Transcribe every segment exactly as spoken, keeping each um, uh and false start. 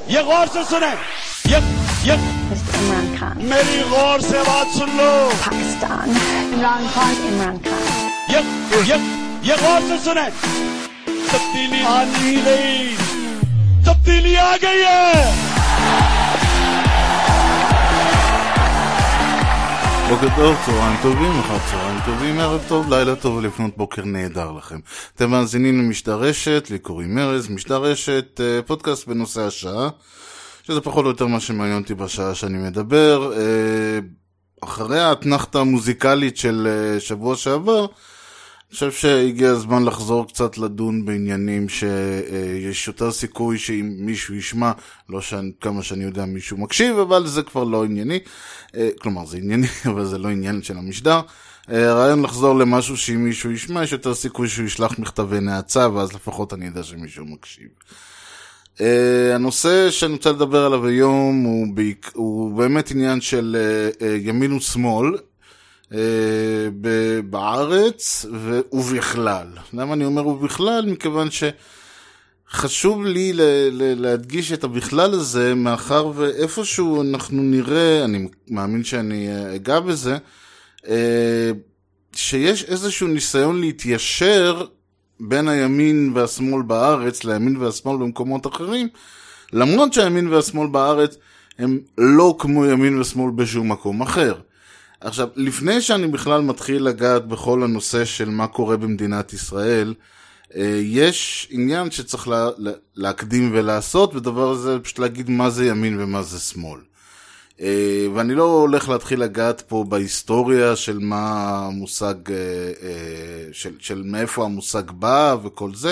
ये गौर से सुने, ये ये Mister Imran Khan. मेरी गौर से बात सुन लो. Pakistan. Imran Khan. Imran Khan. ये ये ये गौर से सुने. तब्दीली आनी गई, तब्दीली आ गई है. בוקר טוב, צהריים טובים, אחר צהריים טובים, ערב טוב, לילה טוב ולפנות בוקר נהדר לכם. אתם מאזינים למשדר רשת, לי קוראים ארז, משדר רשת, פודקאסט בנושא השעה, שזה פחות או יותר מה שמעניין אותי בשעה שאני מדבר. אחרי האתנחתה המוזיקלית של שבוע שעבר, אני חושב שהגיע הזמן לחזור קצת לדון בעניינים שיש יותר סיכוי שאם מישהו ישמע, לא שאני, כמה שאני יודע מישהו מקשיב, אבל זה כבר לא ענייני, כלומר זה ענייני, אבל זה לא עניין של המשדר. הרעיון לחזור למשהו שאם מישהו ישמע, יש יותר סיכוי שהוא ישלח מכתבי נאצה, ואז לפחות אני יודע שמישהו מקשיב. הנושא שאני רוצה לדבר עליו היום הוא, בעיק, הוא באמת עניין של ימין ושמאל, בארץ ובכלל. למה אני אומר ובכלל? מכיוון שחשוב לי להדגיש את הבכלל הזה, מאחר ואיפשהו אנחנו נראה, אני מאמין שאני אגע בזה, שיש איזשהו ניסיון להתיישר בין הימין והשמאל בארץ לימין והשמאל במקומות אחרים, למרות שהימין והשמאל בארץ הם לא כמו ימין ושמאל בשום מקום אחר. עכשיו, לפני שאני בכלל מתחיל לגעת בכל הנושא של מה קורה במדינת ישראל, יש עניין שצריך לה, להקדים ולעשות, ודבר הזה פשוט להגיד מה זה ימין ומה זה שמאל. ואני לא הולך להתחיל לגעת פה בהיסטוריה של מה המושג, של, של מאיפה המושג בא וכל זה.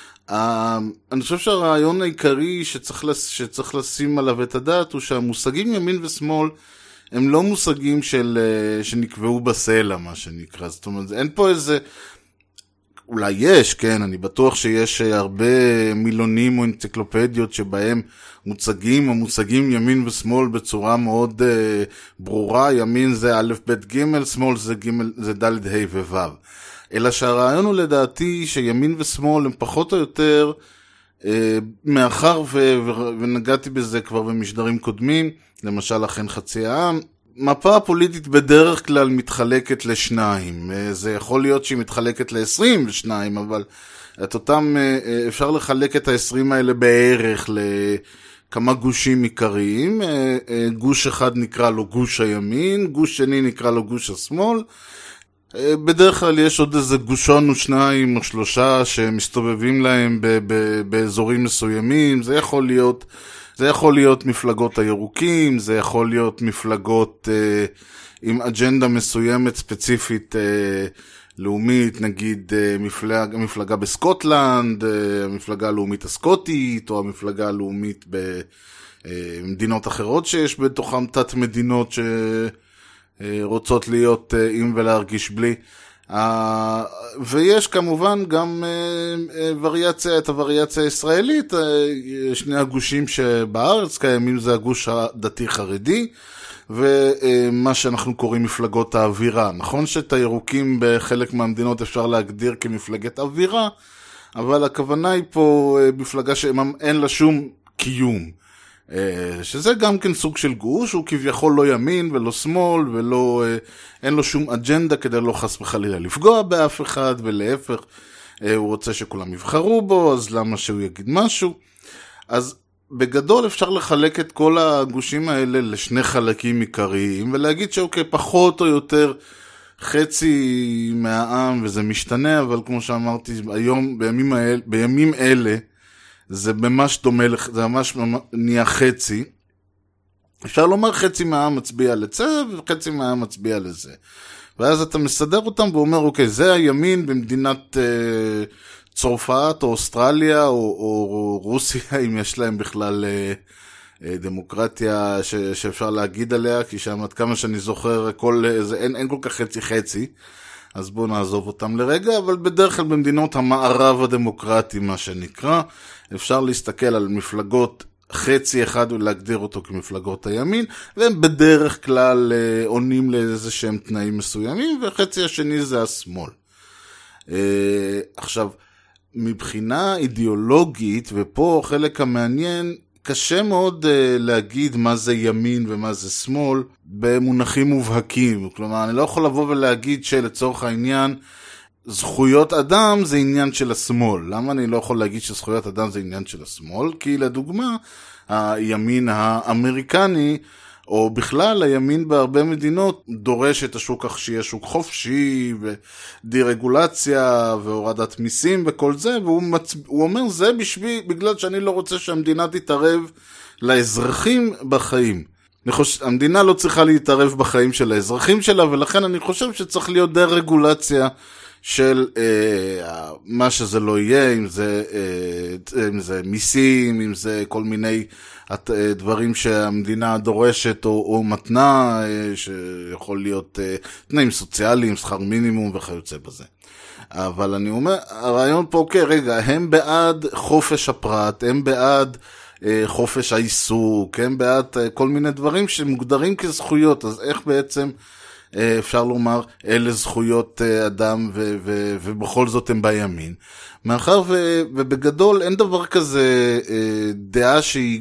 אני חושב שהרעיון העיקרי שצריך, שצריך לשים עליו את הדעת הוא שהמושגים ימין ושמאל הם לא מושגים של, שנקבעו בסלע, מה שנקרא. זאת אומרת, אין פה איזה, אולי יש, כן, אני בטוח שיש הרבה מילונים או אנציקלופדיות שבהם מוצגים, המושגים ימין ושמאל בצורה מאוד uh, ברורה. ימין זה א' ב' ג', שמאל זה ג', זה ד' ה' וו'. אלא שהרעיון הוא לדעתי שימין ושמאל הם פחות או יותר, uh, מאחר ו- ו- ונגעתי בזה כבר במשדרים קודמים, למשל אכן חצי העם, מפה הפוליטית בדרך כלל מתחלקת לשניים. זה יכול להיות שהיא מתחלקת ל-עשרים ושניים, אבל את אותם, אפשר לחלק את ה-עשרים האלה בערך לכמה גושים עיקריים. גוש אחד נקרא לו גוש הימין, גוש שני נקרא לו גוש השמאל. בדרך כלל יש עוד איזה גושון או שניים או שלושה שמסתובבים להם ב- ב- באזורים מסוימים. זה יכול להיות... זה יכול להיות מפלגות הירוקים, זה יכול להיות מפלגות אה, עם אג'נדה מסוימת ספציפית אה, לאומית, נגיד אה, מפלג, מפלגה בסקוטלנד, אה, המפלגה הלאומית הסקוטית, או המפלגה הלאומית במדינות אחרות שיש בתוכם תת מדינות שרוצות להיות אה, עם ולהרגיש בלי. Uh, ויש כמובן גם uh, uh, וריאציה, את הווריאציה הישראלית, uh, שני הגושים שבארץ קיימים זה הגוש הדתי חרדי ומה uh, שאנחנו קוראים מפלגות האווירה. נכון שאת הירוקים בחלק מהמדינות אפשר להגדיר כמפלגת אווירה, אבל הכוונה היא פה uh, מפלגה שאין לה שום קיום, שזה גם כן סוג של גוש, הוא כביכול לא ימין ולא שמאל ולא, אין לו שום אג'נדה כדי לא חס וחלילה לפגוע באף אחד, ולהפך הוא רוצה שכולם יבחרו בו, אז למה שהוא יגיד משהו? אז בגדול אפשר לחלק את כל הגושים האלה לשני חלקים עיקריים, ולהגיד שאוקיי, פחות או יותר חצי מהעם, וזה משתנה, אבל כמו שאמרתי, היום, בימים האלה, בימים אלה, זה ממש דומה, זה ממש נהיה חצי. אפשר לומר חצי מהעם מצביע לצה, וחצי מהעם מצביע לזה. ואז אתה מסדר אותם ואומר, אוקיי, זה הימין במדינת אה, צרפת, או אוסטרליה, או, או רוסיה, אם יש להם בכלל אה, אה, דמוקרטיה ש, שאפשר להגיד עליה, כי שם עד כמה שאני זוכר, כל, זה, אין, אין כל כך חצי חצי. אז בואו נעזוב אותם לרגע, אבל בדרך כלל במדינות המערב הדמוקרטי, מה שנקרא, אפשר להסתכל על מפלגות חצי אחד ולהגדיר אותו כמפלגות הימין, והם בדרך כלל אה, עונים לאיזה שהם תנאים מסוימים, וחצי השני זה השמאל. אה, עכשיו, מבחינה אידיאולוגית, ופה חלק המעניין, קשה מאוד uh, להגיד מה זה ימין ומה זה שמאל במונחים מובהקים. כלומר, אני לא יכול לבוא ולהגיד שלצורך העניין זכויות אדם זה עניין של השמאל. למה אני לא יכול להגיד שזכויות אדם זה עניין של השמאל? כי לדוגמה, הימין האמריקני, או בכלל הימין בהרבה מדינות, דורש את השוק כך שיהיה שוק חופשי, ודירגולציה, והורדת מיסים וכל זה, והוא מצ... אומר זה בשביל, בגלל שאני לא רוצה שהמדינה תתערב לאזרחים בחיים. חושב, המדינה לא צריכה להתערב בחיים של האזרחים שלה, ולכן אני חושב שצריך להיות דה-רגולציה של אה, מה שזה לא יהיה, אם זה, אה, אם זה מיסים, אם זה כל מיני אה, דברים שהמדינה דורשת או, או מתנה, אה, שיכול להיות אה, תנאים סוציאליים, שכר מינימום וכיוצא בזה. אבל אני אומר, הרעיון פה, אוקיי, רגע, הם בעד חופש הפרט, הם בעד אה, חופש העיסוק, הם בעד אה, כל מיני דברים שמוגדרים כזכויות, אז איך בעצם אפשר לומר, אלה זכויות אדם ו- ו- ובכל זאת הם בימין. מאחר ו- ובגדול אין דבר כזה דעה שהיא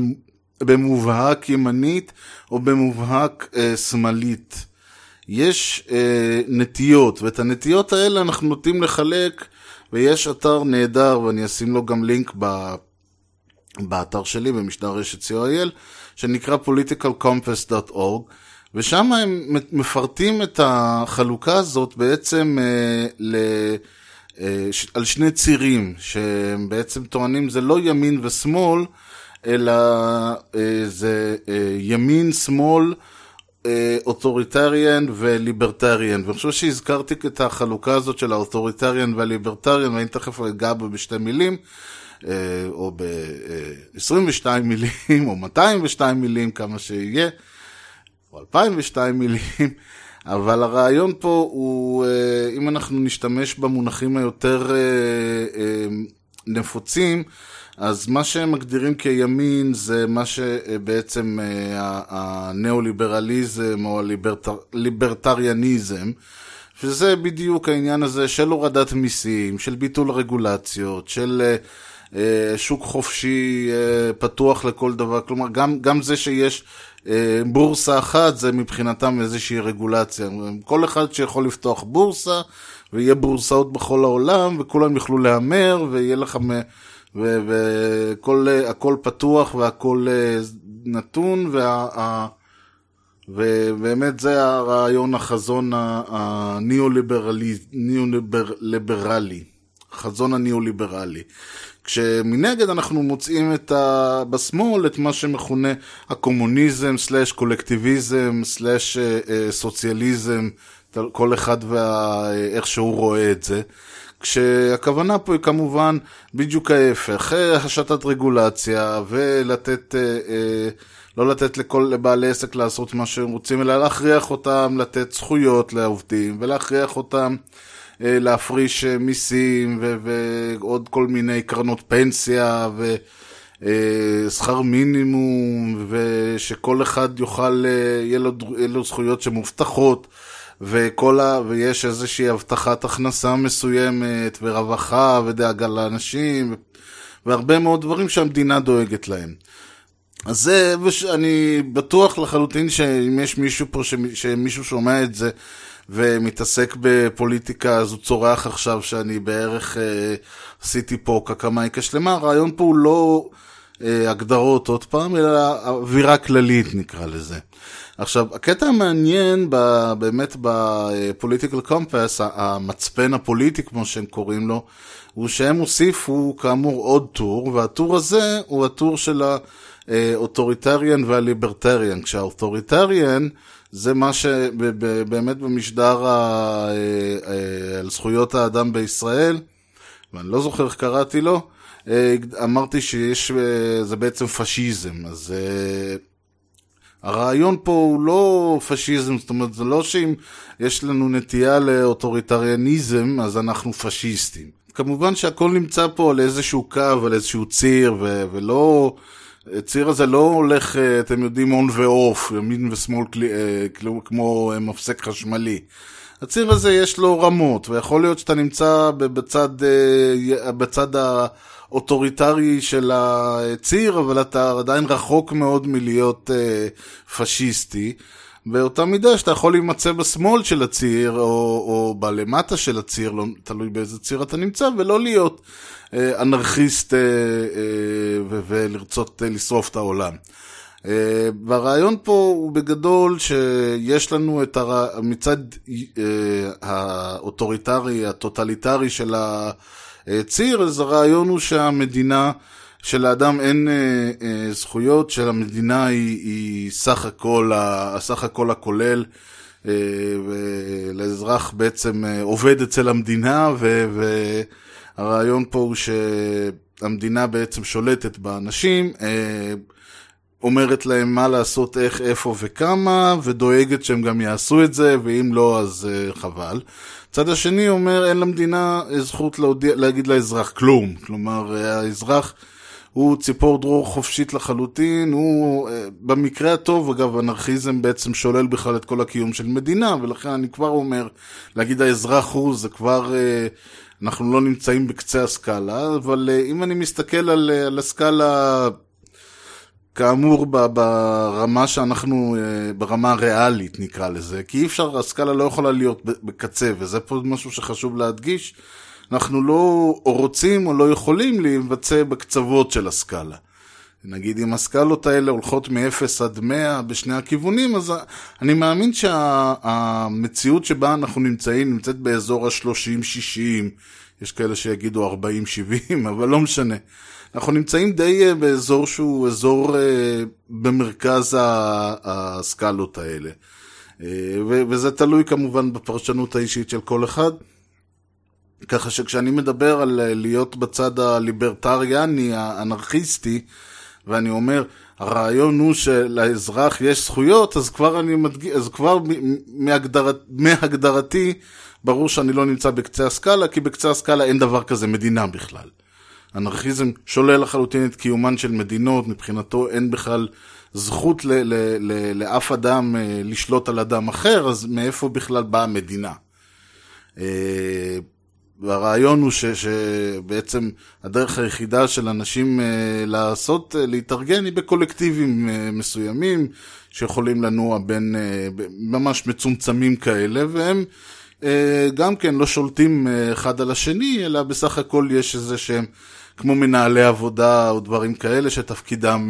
במובהק ימנית או במובהק שמאלית. יש נטיות, ואת הנטיות האלה אנחנו נוטים לחלק, ויש אתר נהדר, ואני אשים לו גם לינק ב- באתר שלי, במשדר רשת סי או איי אל, שנקרא פוליטיקל קומפס דוט אורג, ושם הם מפרטים את החלוקה הזאת בעצם אה, ל, אה, ש, על שני צירים, שהם בעצם טוענים זה לא ימין ושמאל, אלא אה, זה אה, ימין, שמאל, אה, אוטוריטריאן וליברטריאן. ואני חושב שהזכרתי את החלוקה הזאת של האוטוריטריאן והליברטריאן, ואני תכף אגע בה בשתי מילים, אה, או ב-עשרים ושתיים מילים, או מאתיים ושתיים מילים, כמה שיהיה. אלפיים ושתיים מילים, אבל הרעיון פה הוא, אם אנחנו נשתמש במונחים היותר נפוצים, אז מה שהם מגדירים כימין זה מה שבעצם הנאו-ליברליזם או הליברטריאניזם, שזה בדיוק העניין הזה של הורדת מיסים, של ביטול רגולציות, של שוק חופשי פתוח לכל דבר, כלומר גם, גם זה שיש בורסה אחת זה מבחינתם איזושהי רגולציה. כל אחד שיכול לפתוח בורסה, ויהיה בורסאות בכל העולם, וכולם יוכלו להמר, ויהיה לכם, וכל, הכל פתוח, והכל נתון, וה, ובאמת זה הרעיון, החזון הניאו-ליברלי, החזון הניאו-ליברלי. כשמנגד אנחנו מוצאים את ה... בשמאל את מה שמכונה הקומוניזם, סלש קולקטיביזם, סלש סוציאליזם, כל אחד ואיך שהוא רואה את זה. כשהכוונה פה היא כמובן בדיוק ההפך, השתת רגולציה ולתת, לא לתת לכל לבעלי עסק לעשות מה שהם רוצים, אלא להכריח אותם לתת זכויות לעובדים ולהכריח אותם להפריש מיסים ו- ועוד כל מיני קרנות פנסיה ושכר מינימום, ושכל אחד יוכל, יהיה לו, יהיה לו זכויות שמובטחות, וכל ה- ויש איזושהי הבטחת הכנסה מסוימת ורווחה ודאגה לאנשים והרבה מאוד דברים שהמדינה דואגת להם. אז זה, ואני בטוח לחלוטין שאם יש מישהו פה, שמישהו שומע את זה ומתעסק בפוליטיקה, אז הוא צורח עכשיו שאני בערך אה, עשיתי פה קקמייקה שלמה. הרעיון פה הוא לא אה, הגדרות עוד פעם, אלא אווירה כללית נקרא לזה. עכשיו, הקטע המעניין ב, באמת בפוליטיקל קומפס, המצפן הפוליטי כמו שהם קוראים לו, הוא שהם הוסיפו כאמור עוד טור, והטור הזה הוא הטור של האוטוריטריאן והליברטריאן. כשהאוטוריטריאן זה מה שבאמת במשדר על זכויות האדם בישראל, ואני לא זוכר איך קראתי לו, אמרתי שיש, זה בעצם פשיזם. אז הרעיון פה הוא לא פשיזם, זאת אומרת, זה לא שאם יש לנו נטייה לאוטוריטריאניזם, אז אנחנו פשיסטים. כמובן שהכל נמצא פה על איזשהו קו, על איזשהו ציר, ו- ולא, הציר הזה לא הולך, אתם יודעים, און ואוף, ימין ושמאל, כמו מפסק חשמלי. הציר הזה יש לו רמות, ויכול להיות שאתה נמצא בצד, בצד האוטוריטרי של הציר, אבל אתה עדיין רחוק מאוד מלהיות אה, פשיסטי, באותה מידה שאתה יכול להימצא בשמאל של הציר, או, או בלמטה של הציר, לא תלוי באיזה ציר אתה נמצא, ולא להיות אה, אנרכיסט אה, אה, ו- ולרצות אה, לשרוף את העולם. Uh, והרעיון פה הוא בגדול שיש לנו את הר... מצד uh, האוטוריטרי, הטוטליטרי של הציר, אז הרעיון הוא שהמדינה, שלאדם אין uh, uh, זכויות, שלמדינה היא, היא סך הכל, הסך הכל הכולל, uh, ולאזרח בעצם uh, עובד אצל המדינה, ו... והרעיון פה הוא שהמדינה בעצם שולטת באנשים, uh, אומרת להם מה לעשות, איך, איפה וכמה, ודואגת שהם גם יעשו את זה, ואם לא, אז uh, חבל. צד השני אומר, אין למדינה זכות להודיע, להגיד לאזרח כלום. כלומר, האזרח הוא ציפור דרור חופשית לחלוטין, הוא, uh, במקרה הטוב, אגב, אנרכיזם בעצם שולל בכלל את כל הקיום של מדינה, ולכן אני כבר אומר, להגיד האזרח הוא, זה כבר... Uh, אנחנו לא נמצאים בקצה הסקאלה, אבל uh, אם אני מסתכל על, uh, על הסקאלה... כאמור ברמה שאנחנו, ברמה הריאלית נקרא לזה, כי אי אפשר, הסקאלה לא יכולה להיות בקצה, וזה פה משהו שחשוב להדגיש, אנחנו לא רוצים או לא יכולים להימצא בקצוות של הסקאלה. נגיד אם הסקאלות האלה הולכות מ-אפס עד מאה בשני הכיוונים, אז אני מאמין שהמציאות שבה אנחנו נמצאים, נמצאת באזור ה-שלושים שישים, יש כאלה שיגידו ארבעים שבעים, אבל לא משנה. אנחנו נמצאים די באזור שהוא אזור במרכז הסקלות האלה. וזה תלוי כמובן בפרשנות האישית של כל אחד. ככה שכשאני מדבר על להיות בצד הליברטריאני, האנרכיסטי, ואני אומר, הרעיון הוא שלאזרח יש זכויות, אז כבר אני מדגיש, אז כבר מהגדרת, מהגדרתי, ברור שאני לא נמצא בקצה הסקאלה, כי בקצה הסקאלה אין דבר כזה מדינה בכלל. אנרכיזם שולל לחלוטין את קיומן של מדינות, מבחינתו אין בכלל זכות ל- ל- ל- לאף אדם לשלוט על אדם אחר, אז מאיפה בכלל באה המדינה? והרעיון הוא ש- שבעצם הדרך היחידה של אנשים לעשות, להתארגן היא בקולקטיבים מסוימים, שיכולים לנוע בין ממש מצומצמים כאלה, והם גם כן לא שולטים אחד על השני, אלא בסך הכל יש איזה שהם כמו מנהלי עבודה או דברים כאלה שתפקידם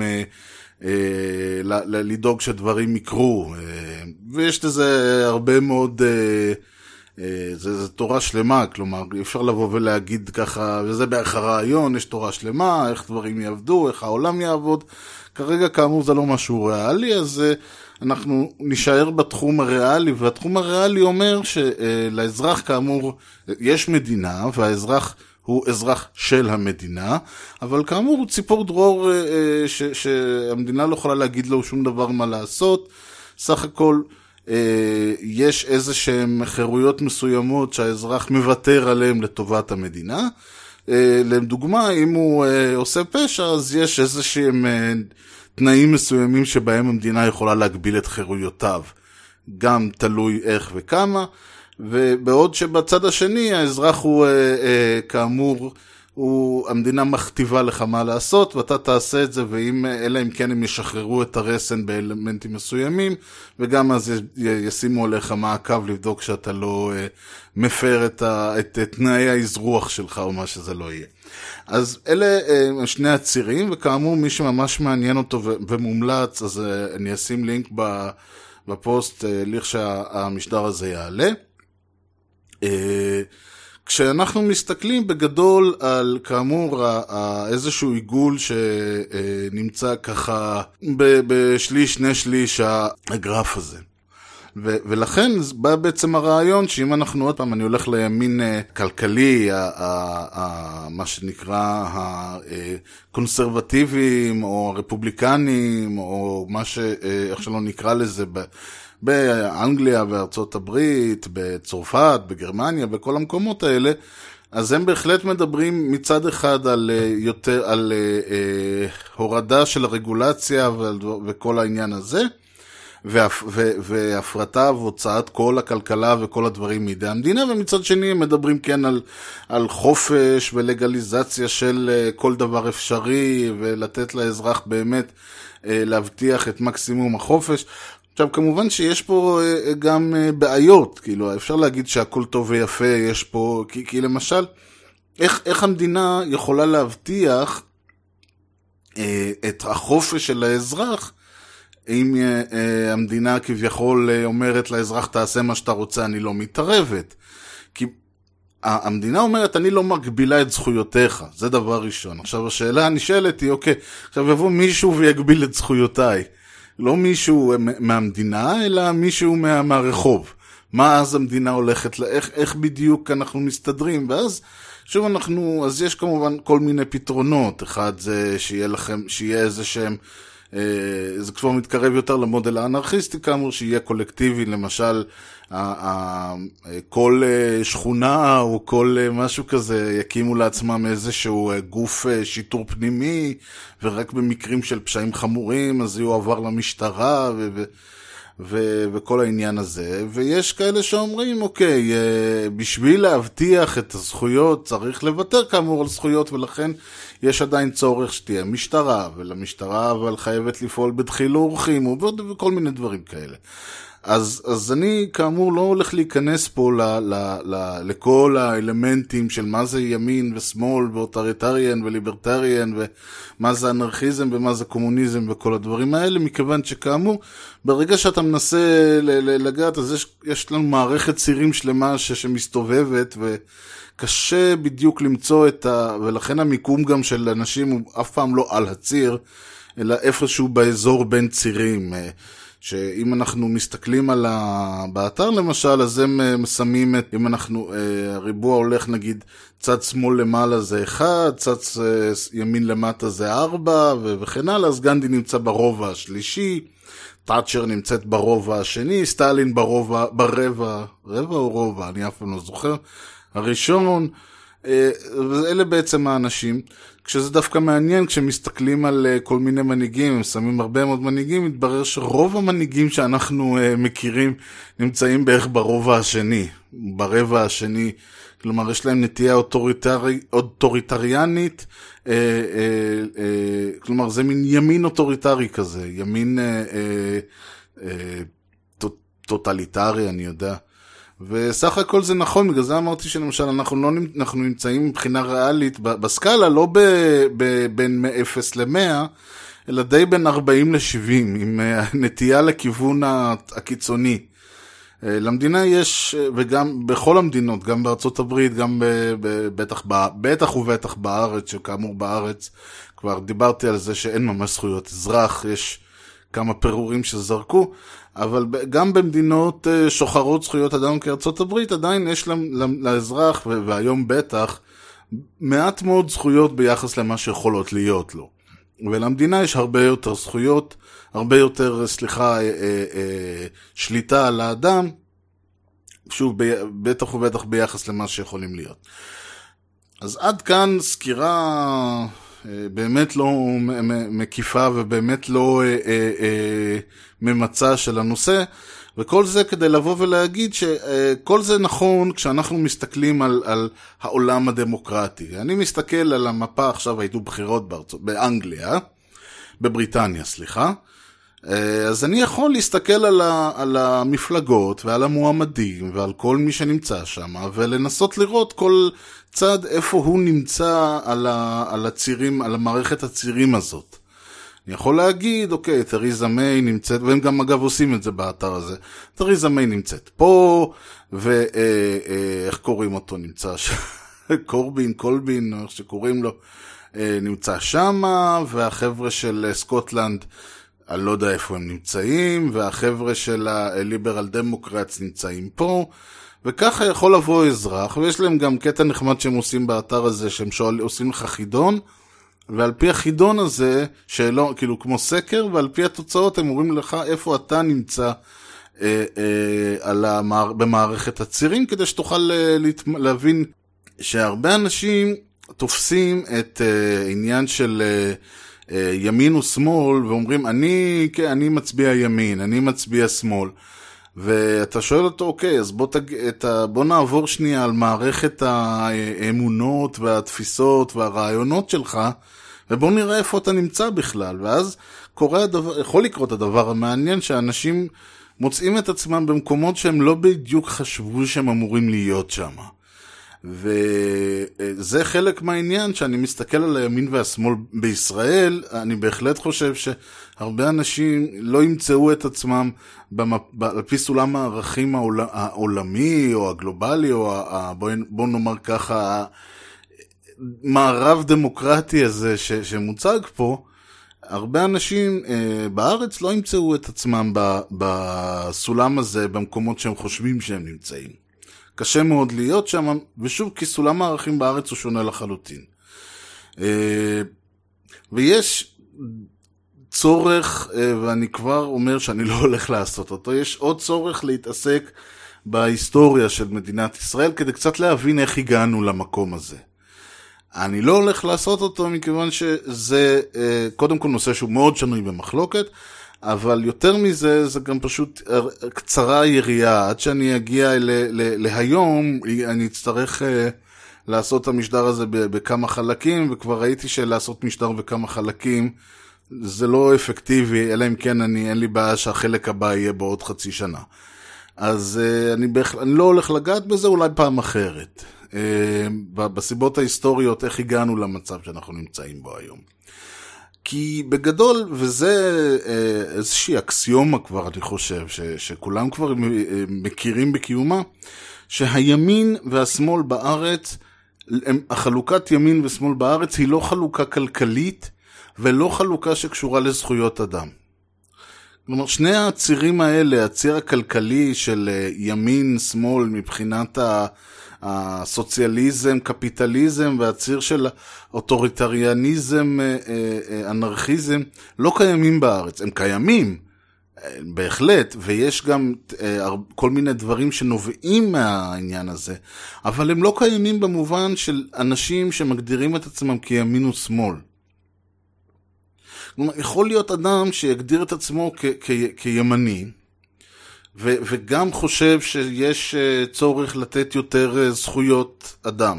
לדאוג שדברים יקרו. ויש לזה הרבה מאוד, זה, זה תורה שלמה, כלומר אי אפשר לבוא ולהגיד ככה, וזה בערך הרעיון, יש תורה שלמה, איך דברים יעבדו, איך העולם יעבוד. כרגע כאמור זה לא משהו ריאלי, אז אנחנו נשאר בתחום הריאלי, והתחום הריאלי אומר שלאזרח כאמור יש מדינה, והאזרח הוא אזרח של המדינה, אבל כאמור הוא ציפור דרור ש, שהמדינה לא יכולה להגיד לו שום דבר מה לעשות. סך הכל יש איזה שהן חירויות מסוימות שהאזרח מוותר עליהן לטובת המדינה. לדוגמה, אם הוא עושה פשע, אז יש איזה שהם תנאים מסוימים שבהם המדינה יכולה להגביל את חירויותיו. גם תלוי איך וכמה, ובעוד שבצד השני האזרח הוא כאמור, הוא, המדינה מכתיבה לך מה לעשות, ואתה תעשה את זה, ואם, אלא אם כן הם ישחררו את הרסן באלמנטים מסוימים, וגם אז ישימו עליך מעקב לבדוק שאתה לא מפר את, ה, את, את תנאי האזרוח שלך, או מה שזה לא יהיה. אז אלה שני הצירים, וכאמור מי שממש מעניין אותו ומומלץ, אז אני אשים לינק בפוסט, לכשהמשדר הזה יעלה. כשאנחנו מסתכלים בגדול על כאמור איזשהו עיגול שנמצא ככה בשליש, שני שליש הגרף הזה. ו- ולכן בא בעצם הרעיון שאם אנחנו עוד פעם, אני הולך לימין כלכלי, ה- ה- ה- מה שנקרא הקונסרבטיבים או הרפובליקנים או מה ש- איך שלא נקרא לזה ב- באנגליה, בארצות הברית, בצרפת, בגרמניה, בכל המקומות האלה, אז הם בהחלט מדברים מצד אחד על יותר, על אה, הורדה של הרגולציה ועל, וכל העניין הזה, והפרטה והוצאת כל הכלכלה וכל הדברים מידי המדינה, ומצד שני הם מדברים כן על, על חופש ולגליזציה של כל דבר אפשרי, ולתת לאזרח באמת להבטיח את מקסימום החופש. עכשיו, כמובן שיש פה גם בעיות, כאילו, אפשר להגיד שהכל טוב ויפה, יש פה, כי, כי למשל, איך, איך המדינה יכולה להבטיח את החופש של האזרח, אם המדינה כביכול אומרת לאזרח, תעשה מה שאתה רוצה, אני לא מתערבת. כי המדינה אומרת, אני לא מגבילה את זכויותיך, זה דבר ראשון. עכשיו, השאלה הנשאלת היא, אוקיי, עכשיו יבוא מישהו ויגביל את זכויותיי. לא מישהו מהמדינה, אלא מישהו מה, מהרחוב. מה אז המדינה הולכת, איך, איך בדיוק אנחנו מסתדרים, ואז שוב אנחנו, אז יש כמובן כל מיני פתרונות. אחד זה שיהיה לכם, שיהיה איזה שהם, אה, זה כבר מתקרב יותר למודל האנרכיסטי, כאמור שיהיה קולקטיבי, למשל, ה, ה, כל שכונה או כל משהו כזה יקימו לעצמם איזשהו גוף שיטור פנימי, ורק במקרים של פשעים חמורים אז יועבר למשטרה ו... ו ו- וכל העניין הזה, ויש כאלה שאומרים, אוקיי, בשביל להבטיח את הזכויות צריך לוותר כאמור על זכויות, ולכן יש עדיין צורך שתהיה משטרה, ולמשטרה אבל חייבת לפעול בדחיל אורחים, וכל מיני דברים כאלה. אז, אז אני כאמור לא הולך להיכנס פה ל, ל, ל, לכל האלמנטים של מה זה ימין ושמאל ואוטוריטריאן וליברטריאן ומה זה אנרכיזם ומה זה קומוניזם וכל הדברים האלה, מכיוון שכאמור ברגע שאתה מנסה ל, ל, לגעת, אז יש, יש לנו מערכת צירים שלמה ש, שמסתובבת וקשה בדיוק למצוא את ה... ולכן המיקום גם של אנשים הוא אף פעם לא על הציר, אלא איפשהו באזור בין צירים. שאם אנחנו מסתכלים על ה... באתר למשל, אז הם מסמים את, אם אנחנו, הריבוע הולך נגיד, צד שמאל למעלה זה אחד, צד ימין למטה זה ארבע, וכן הלאה, אז גנדי נמצא ברובע השלישי, טאצ'ר נמצאת ברובע השני, סטלין ברובע, ברבע, רבע או רובע, אני אף פעם לא זוכר, הראשון, ואלה בעצם האנשים, כשזה דווקא מעניין, כשמסתכלים על כל מיני מנהיגים, הם שמים הרבה מאוד מנהיגים, מתברר שרוב המנהיגים שאנחנו מכירים נמצאים בערך ברובע השני, ברבע השני, כלומר יש להם נטייה אוטוריטרי, אוטוריטריאנית, אה, אה, אה, כלומר זה מין ימין אוטוריטרי כזה, ימין אה, אה, אה, טוטליטרי, אני יודע. וסך הכל זה נכון, בגלל זה אמרתי שלמשל אנחנו, לא, אנחנו נמצאים מבחינה ריאלית בסקאלה, לא ב, ב, בין מ-אפס ל-מאה, אלא די בין ארבעים ל-שבעים, עם נטייה לכיוון הקיצוני. למדינה יש, וגם בכל המדינות, גם בארצות הברית, גם בטח, בטח ובטח בארץ, שכאמור בארץ, כבר דיברתי על זה שאין ממש זכויות אזרח, יש כמה פירורים שזרקו, אבל גם במדינות שוחרות זכויות אדם כארצות הברית, עדיין יש לאזרח, והיום בטח, מעט מאוד זכויות ביחס למה שיכולות להיות לו. ולמדינה יש הרבה יותר זכויות, הרבה יותר, סליחה, אה, אה, שליטה על האדם, שוב, ב, בטח ובטח ביחס למה שיכולים להיות. אז עד כאן סקירה אה, באמת לא מקיפה ובאמת לא אה, אה, אה, ממצה של הנושא, וכל זה כדי לבוא ולהגיד שכל זה נכון כשאנחנו מסתכלים על, על העולם הדמוקרטי. אני מסתכל על המפה, עכשיו הייתו בחירות בארצות, באנגליה, בבריטניה, סליחה. אז אני יכול להסתכל על, ה, על המפלגות ועל המועמדים ועל כל מי שנמצא שם, ולנסות לראות כל צד איפה הוא נמצא על, ה, על הצירים, על המערכת הצירים הזאת. אני יכול להגיד, אוקיי, תריזה מיי נמצאת, והם גם אגב עושים את זה באתר הזה, תריזה מיי נמצאת פה, ואיך קוראים אותו נמצא שם, קורבין, קולבין, איך שקוראים לו, נמצא שם, והחבר'ה של סקוטלנד, אני לא יודע איפה הם נמצאים, והחבר'ה של הליברל דמוקרטס נמצאים פה, וככה יכול לבוא אזרח, ויש להם גם קטע נחמד שהם עושים באתר הזה, שהם שואל, עושים לך חידון, ועל פי החידון הזה, שלא, כאילו כמו סקר, ועל פי התוצאות הם אומרים לך איפה אתה נמצא אה, אה, על המער, במערכת הצירים, כדי שתוכל אה, להת, להבין שהרבה אנשים תופסים את אה, עניין של, אה, ימין ושמאל, ואומרים, אני, כן, אני מצביע ימין, אני מצביע שמאל. ואתה שואל אותו, אוקיי, אז בוא, תג... את ה... בוא נעבור שנייה על מערכת האמונות והתפיסות והרעיונות שלך, ובוא נראה איפה אתה נמצא בכלל. ואז קורה הדבר, יכול לקרות הדבר המעניין, שאנשים מוצאים את עצמם במקומות שהם לא בדיוק חשבו שהם אמורים להיות שם. וזה חלק מהעניין, שאני מסתכל על הימין והשמאל בישראל, אני בהחלט חושב שהרבה אנשים לא ימצאו את עצמם במפ... על פי סולם הערכים העול... העולמי או הגלובלי, או ה... בוא... בוא נאמר ככה, המערב דמוקרטי הזה ש... שמוצג פה. הרבה אנשים אה, בארץ לא ימצאו את עצמם ב... בסולם הזה, במקומות שהם חושבים שהם נמצאים. קשה מאוד להיות שם, ושוב, כי סולם הערכים בארץ הוא שונה לחלוטין. ויש צורך, ואני כבר אומר שאני לא הולך לעשות אותו, יש עוד צורך להתעסק בהיסטוריה של מדינת ישראל, כדי קצת להבין איך הגענו למקום הזה. אני לא הולך לעשות אותו, מכיוון שזה קודם כל נושא שהוא מאוד שנוי במחלוקת, אבל יותר מזה, זה גם פשוט קצרה היריעה. עד שאני אגיע ל- ל- להיום, אני אצטרך uh, לעשות את המשדר הזה ב- בכמה חלקים, וכבר ראיתי שלעשות משדר בכמה חלקים, זה לא אפקטיבי, אלא אם כן אני, אין לי בעיה שהחלק הבא יהיה בעוד חצי שנה. אז uh, אני, בהח... אני לא הולך לגעת בזה, אולי פעם אחרת. Uh, בסיבות ההיסטוריות, איך הגענו למצב שאנחנו נמצאים בו היום. כי בגדול, וזה איזושהי אקסיומה כבר, אני חושב, ש, שכולם כבר מכירים בקיומה, שהימין והשמאל בארץ, החלוקת ימין ושמאל בארץ היא לא חלוקה כלכלית, ולא חלוקה שקשורה לזכויות אדם. כלומר, שני הצירים האלה, הציר הכלכלי של ימין, שמאל, מבחינת ה... הסוציאליזם, קפיטליזם, והציר של אוטוריטריאניזם, אנרכיזם, לא קיימים בארץ. הם קיימים, בהחלט, ויש גם כל מיני דברים שנובעים מהעניין הזה, אבל הם לא קיימים במובן של אנשים שמגדירים את עצמם כימין ושמאל. כלומר, יכול להיות אדם שיגדיר את עצמו כ- כ- כימני, ו- וגם חושב שיש צורך לתת יותר זכויות אדם.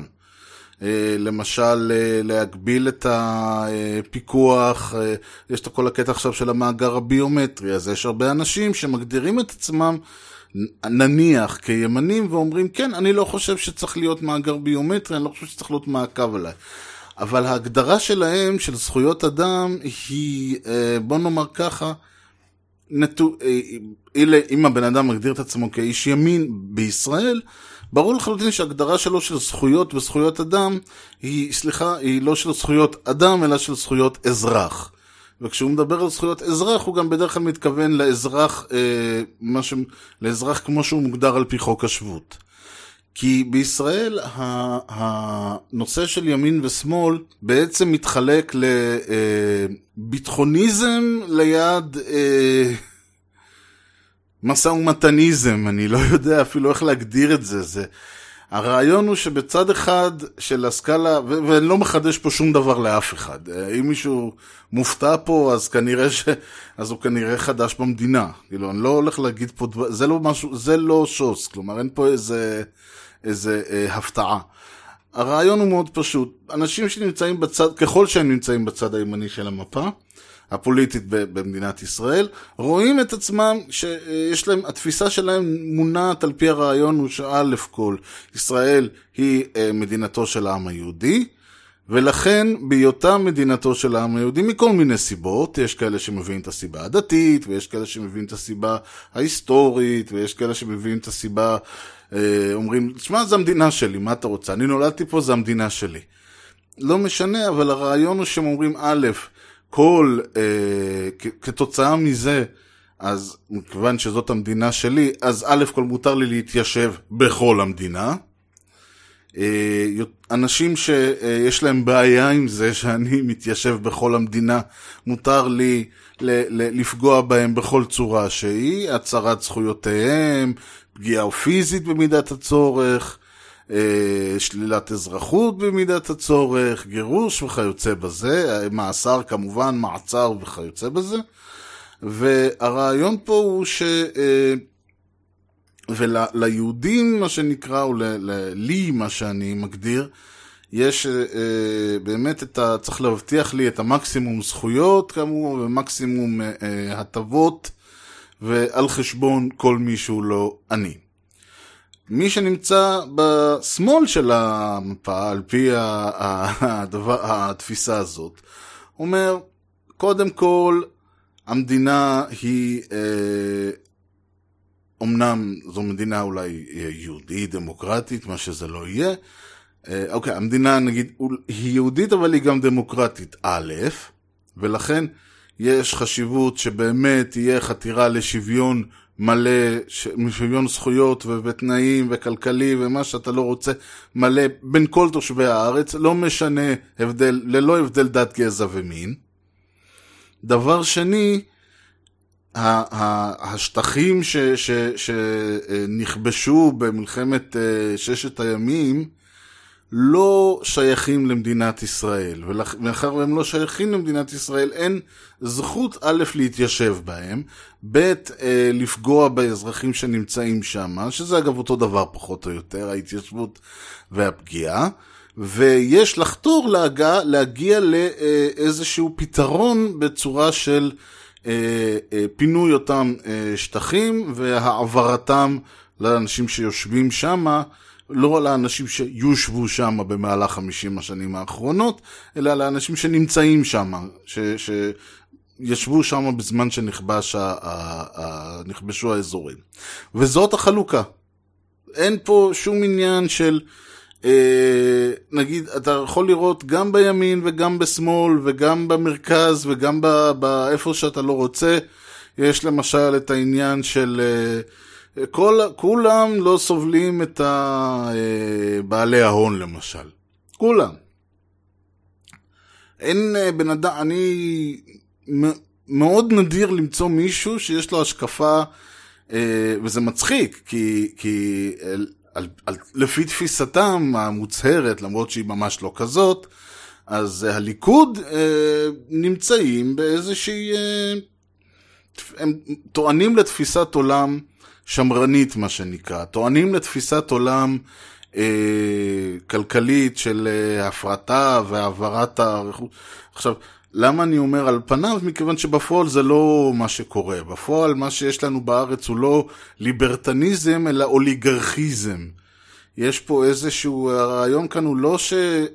למשל, להגביל את הפיקוח, יש את כל הקטע עכשיו של המאגר הביומטרי, אז יש הרבה אנשים שמגדירים את עצמם, נניח כימנים, ואומרים, כן, אני לא חושב שצריך להיות מאגר ביומטרי, אני לא חושב שצריך להיות מעקב עליי. אבל ההגדרה שלהם, של זכויות אדם, היא, בוא נאמר ככה, נטו, אם הבן אדם מגדיר את עצמו כאיש ימין בישראל, ברור לחלוטין שההגדרה שלו של זכויות וזכויות אדם, היא, סליחה, היא לא של זכויות אדם, אלא של זכויות אזרח. וכשהוא מדבר על זכויות אזרח, הוא גם בדרך כלל מתכוון לאזרח, אה, משהו, לאזרח כמו שהוא מוגדר על פי חוק השבות. כי בישראל הנושא של ימין ושמאל בעצם מתחלק לביטחוניזם ליד מסע ומתניזם, אני לא יודע אפילו איך להגדיר את זה. זה הרעיון הוא שבצד אחד של הסקאלה, ו- ואני לא מחדש פה שום דבר לאף אחד. אם מישהו מופתע פה, אז כנראה ש... אז הוא כנראה חדש במדינה. כאילו, אני לא הולך להגיד פה דבר... זה לא משהו, זה לא שוס. כלומר, אין פה איזה... איזה אה, הפתעה. הרעיון הוא מאוד פשוט. אנשים שנמצאים בצד, ככל שהם נמצאים בצד הימני של המפה, הפוליטית במדינת ישראל, רואים את עצמם שיש להם, התפיסה שלהם מונעת על פי הרעיון הוא שא' כל, ישראל היא אה, מדינתו של העם היהודי, ולכן בהיותה מדינתו של העם היהודי מכל מיני סיבות, יש כאלה שמביאים את הסיבה הדתית, ויש כאלה שמביאים את הסיבה ההיסטורית, ויש כאלה שמביאים את הסיבה, אומרים, תשמע, זה המדינה שלי, מה אתה רוצה? אני נולדתי פה, זה המדינה שלי. לא משנה, אבל הרעיון הוא שהם אומרים, א', כל, אה, כתוצאה מזה, אז מכיוון שזאת המדינה שלי, אז א', כל מותר לי להתיישב בכל המדינה. אה, אנשים שיש להם בעיה עם זה שאני מתיישב בכל המדינה, מותר לי ל- ל- לפגוע בהם בכל צורה שהיא, הצרת זכויותיהם, פגיעה פיזית במידת הצורך, שלילת אזרחות במידת הצורך, גירוש וכיוצא בזה, מאסר כמובן, מעצר וכיוצא בזה. והרעיון פה הוא ש... וליהודים מה שנקרא, או לי מה שאני מגדיר, יש באמת את ה... צריך להבטיח לי את המקסימום זכויות כמובן, ומקסימום הטבות, ועל חשבון כל מישהו לא אני. מי שנמצא בשמאל של המפה, על פי הדבר, התפיסה הזאת, אומר, קודם כל, המדינה היא, אה, אומנם זו מדינה אולי יהודית, דמוקרטית, מה שזה לא יהיה, אה, אוקיי, המדינה נגיד, היא יהודית אבל היא גם דמוקרטית א', ולכן יש חשיבות שבאמת תהיה חתירה לשוויון מלא, שוויון זכויות ותנאים וכלכלי ומה שאתה לא רוצה מלא בין כל תושבי הארץ, לא משנה הבדל, ללא הבדל דת, גזע ומין. דבר שני, השטחים שנכבשו במלחמת ששת הימים לא שייכים למדינת ישראל, ולאחר והם לא שייכים למדינת ישראל, אין זכות א' להתיישב בהם, ב' לפגוע באזרחים שנמצאים שם, שזה אגב אותו דבר פחות או יותר, ההתיישבות והפגיעה, ויש לחתור להגיע, להגיע לאיזשהו פתרון בצורה של פינוי אותם שטחים והעברתם לאנשים שיושבים שם, לא לאנשים שיושבו שם במהלך חמישים השנים האחרונות, אלא לאנשים שנמצאים שם, ש, שישבו שם בזמן שנכבש ה, ה, ה, נכבשו האזורים. וזאת החלוקה. אין פה שום עניין של, אה, נגיד, אתה יכול לראות גם בימין וגם בשמאל וגם במרכז וגם באיפה שאתה לא רוצה. יש למשל את העניין של... אה, כל, כולם לא סובלים את בעלי ההון למשל. כולם. אין בן אדם, אני מאוד נדיר למצוא מישהו שיש לו השקפה, וזה מצחיק, כי, כי על, על, לפי תפיסתם המוצהרת, למרות שהיא ממש לא כזאת, אז הליכוד נמצאים באיזושהי, הם טוענים לתפיסת עולם, שמרנית מה שנקרא, טוענים לתפיסת עולם אה, כלכלית של אה, הפרטה והעברת הרכוש. עכשיו, למה אני אומר על פניו? מכיוון שבפועל זה לא מה שקורה. בפועל מה שיש לנו בארץ הוא לא ליברטניזם, אלא אוליגרכיזם. יש פה איזשהו, הרעיון כאן הוא לא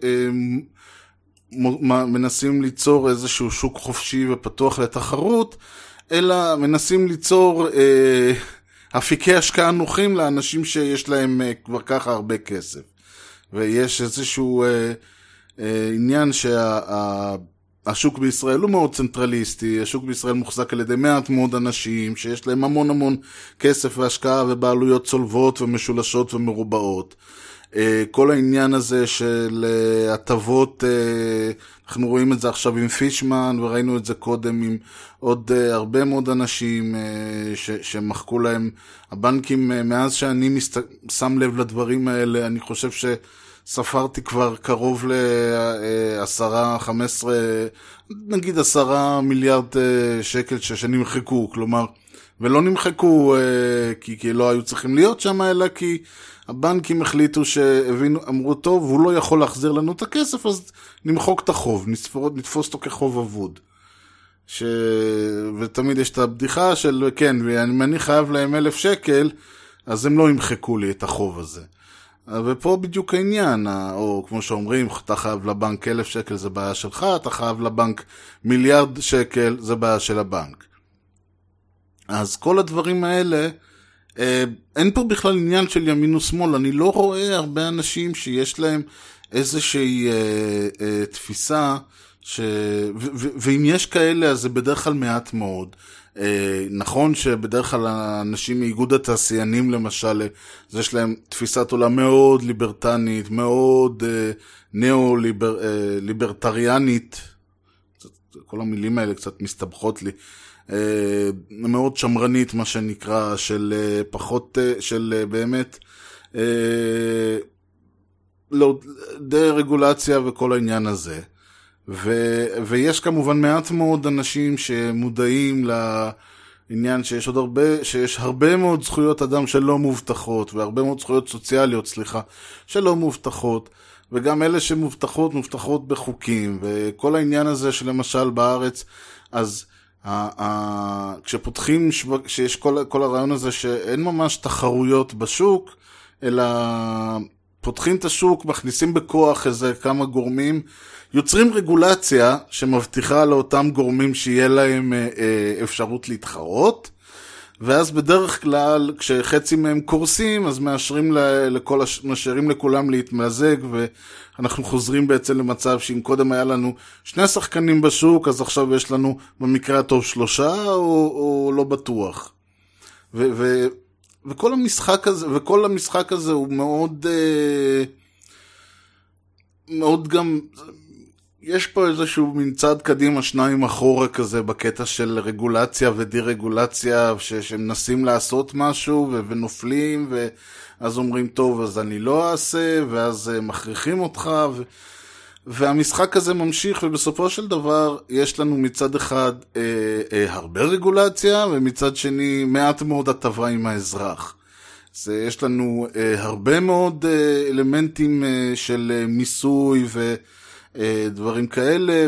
שמנסים ליצור איזשהו שוק חופשי ופתוח לתחרות, אלא מנסים ליצור... אה, אפיקי השקעה נוחים לאנשים שיש להם כבר ככה הרבה כסף. ויש איזשהו אה, אה, עניין שהשוק שה, בישראל הוא מאוד צנטרליסטי, השוק בישראל מוחזק על ידי מעט מאוד אנשים, שיש להם המון המון כסף והשקעה ובעלויות צולבות ומשולשות ומרובעות. אה, כל העניין הזה של אה, הטבות, אה, אנחנו רואים את זה עכשיו עם פישמן, וראינו את זה קודם עם עוד uh, הרבה מאוד אנשים uh, ש- שמחקו להם, הבנקים, uh, מאז שאני מסת... שם לב לדברים האלה, אני חושב שספרתי כבר קרוב ל-עשרה, חמש עשרה, נגיד עשרה מיליארד uh, שקל שנמחקו, כלומר, ולא נמחקו uh, כי, כי לא היו צריכים להיות שם, אלא כי הבנקים החליטו שהבינו, אמרו טוב, הוא לא יכול להחזיר לנו את הכסף, אז נמחוק את החוב, נתפוס אותו כחוב אבוד. ש... ותמיד יש את הבדיחה של, כן, ואם אני חייב להם אלף שקל, אז הם לא ימחקו לי את החוב הזה. ופה בדיוק העניין, או כמו שאומרים, אתה חייב לבנק אלף שקל, זה בעיה שלך, אתה חייב לבנק מיליארד שקל, זה בעיה של הבנק. אז כל הדברים האלה, אין פה בכלל עניין של ימין ושמאל, אני לא רואה הרבה אנשים שיש להם איזושהי אה, אה, תפיסה, ש... ו- ו- ואם יש כאלה אז זה בדרך כלל מעט מאוד. אה, נכון שבדרך כלל האנשים מאיגוד התעשיינים למשל, אז יש להם תפיסת עולם מאוד ליברטנית, מאוד אה, נאו-ליברטריאנית, אה, כל המילים האלה קצת מסתבכות לי, אה, מאוד שמרנית מה שנקרא, של אה, פחות, אה, של אה, באמת, אה, דה-רגולציה וכל העניין הזה. ו, ויש כמובן מעט מאוד אנשים שמודעים לעניין שיש עוד הרבה, שיש הרבה מאוד זכויות אדם שלא מובטחות, והרבה מאוד זכויות סוציאליות, סליחה, שלא מובטחות, וגם אלה שמובטחות, מובטחות בחוקים, וכל העניין הזה שלמשל בארץ, אז ה, ה, כשפותחים, שיש כל, כל הרעיון הזה שאין ממש תחרויות בשוק, אלא פותחים את השוק, מכניסים בכוח איזה כמה גורמים, יוצרים רגולציה שמבטיחה לאותם גורמים שיהיה להם אה, אה, אפשרות להתחרות, ואז בדרך כלל כשחצי מהם קורסים, אז מאשרים, לכל, מאשרים לכולם להתמזג, ואנחנו חוזרים בעצם למצב שאם קודם היה לנו שני שחקנים בשוק, אז עכשיו יש לנו במקרה הטוב שלושה, או, או לא בטוח. ו, ו, וכל המשחק הזה, וכל המשחק הזה הוא מאוד, אה, מאוד גם, יש פה איזשהו מין צעד קדימה, שניים אחורה כזה, בקטע של רגולציה ודי-רגולציה, ש- שמנסים לעשות משהו ו- ונופלים, ואז אומרים, טוב, אז אני לא אעשה, ואז uh, מכריחים אותך, ו- והמשחק הזה ממשיך, ובסופו של דבר יש לנו מצד אחד אה, אה, הרבה רגולציה, ומצד שני מעט מאוד הטבה עם האזרח. זה, יש לנו אה, הרבה מאוד אה, אלמנטים אה, של אה, מיסוי ו... דברים כאלה,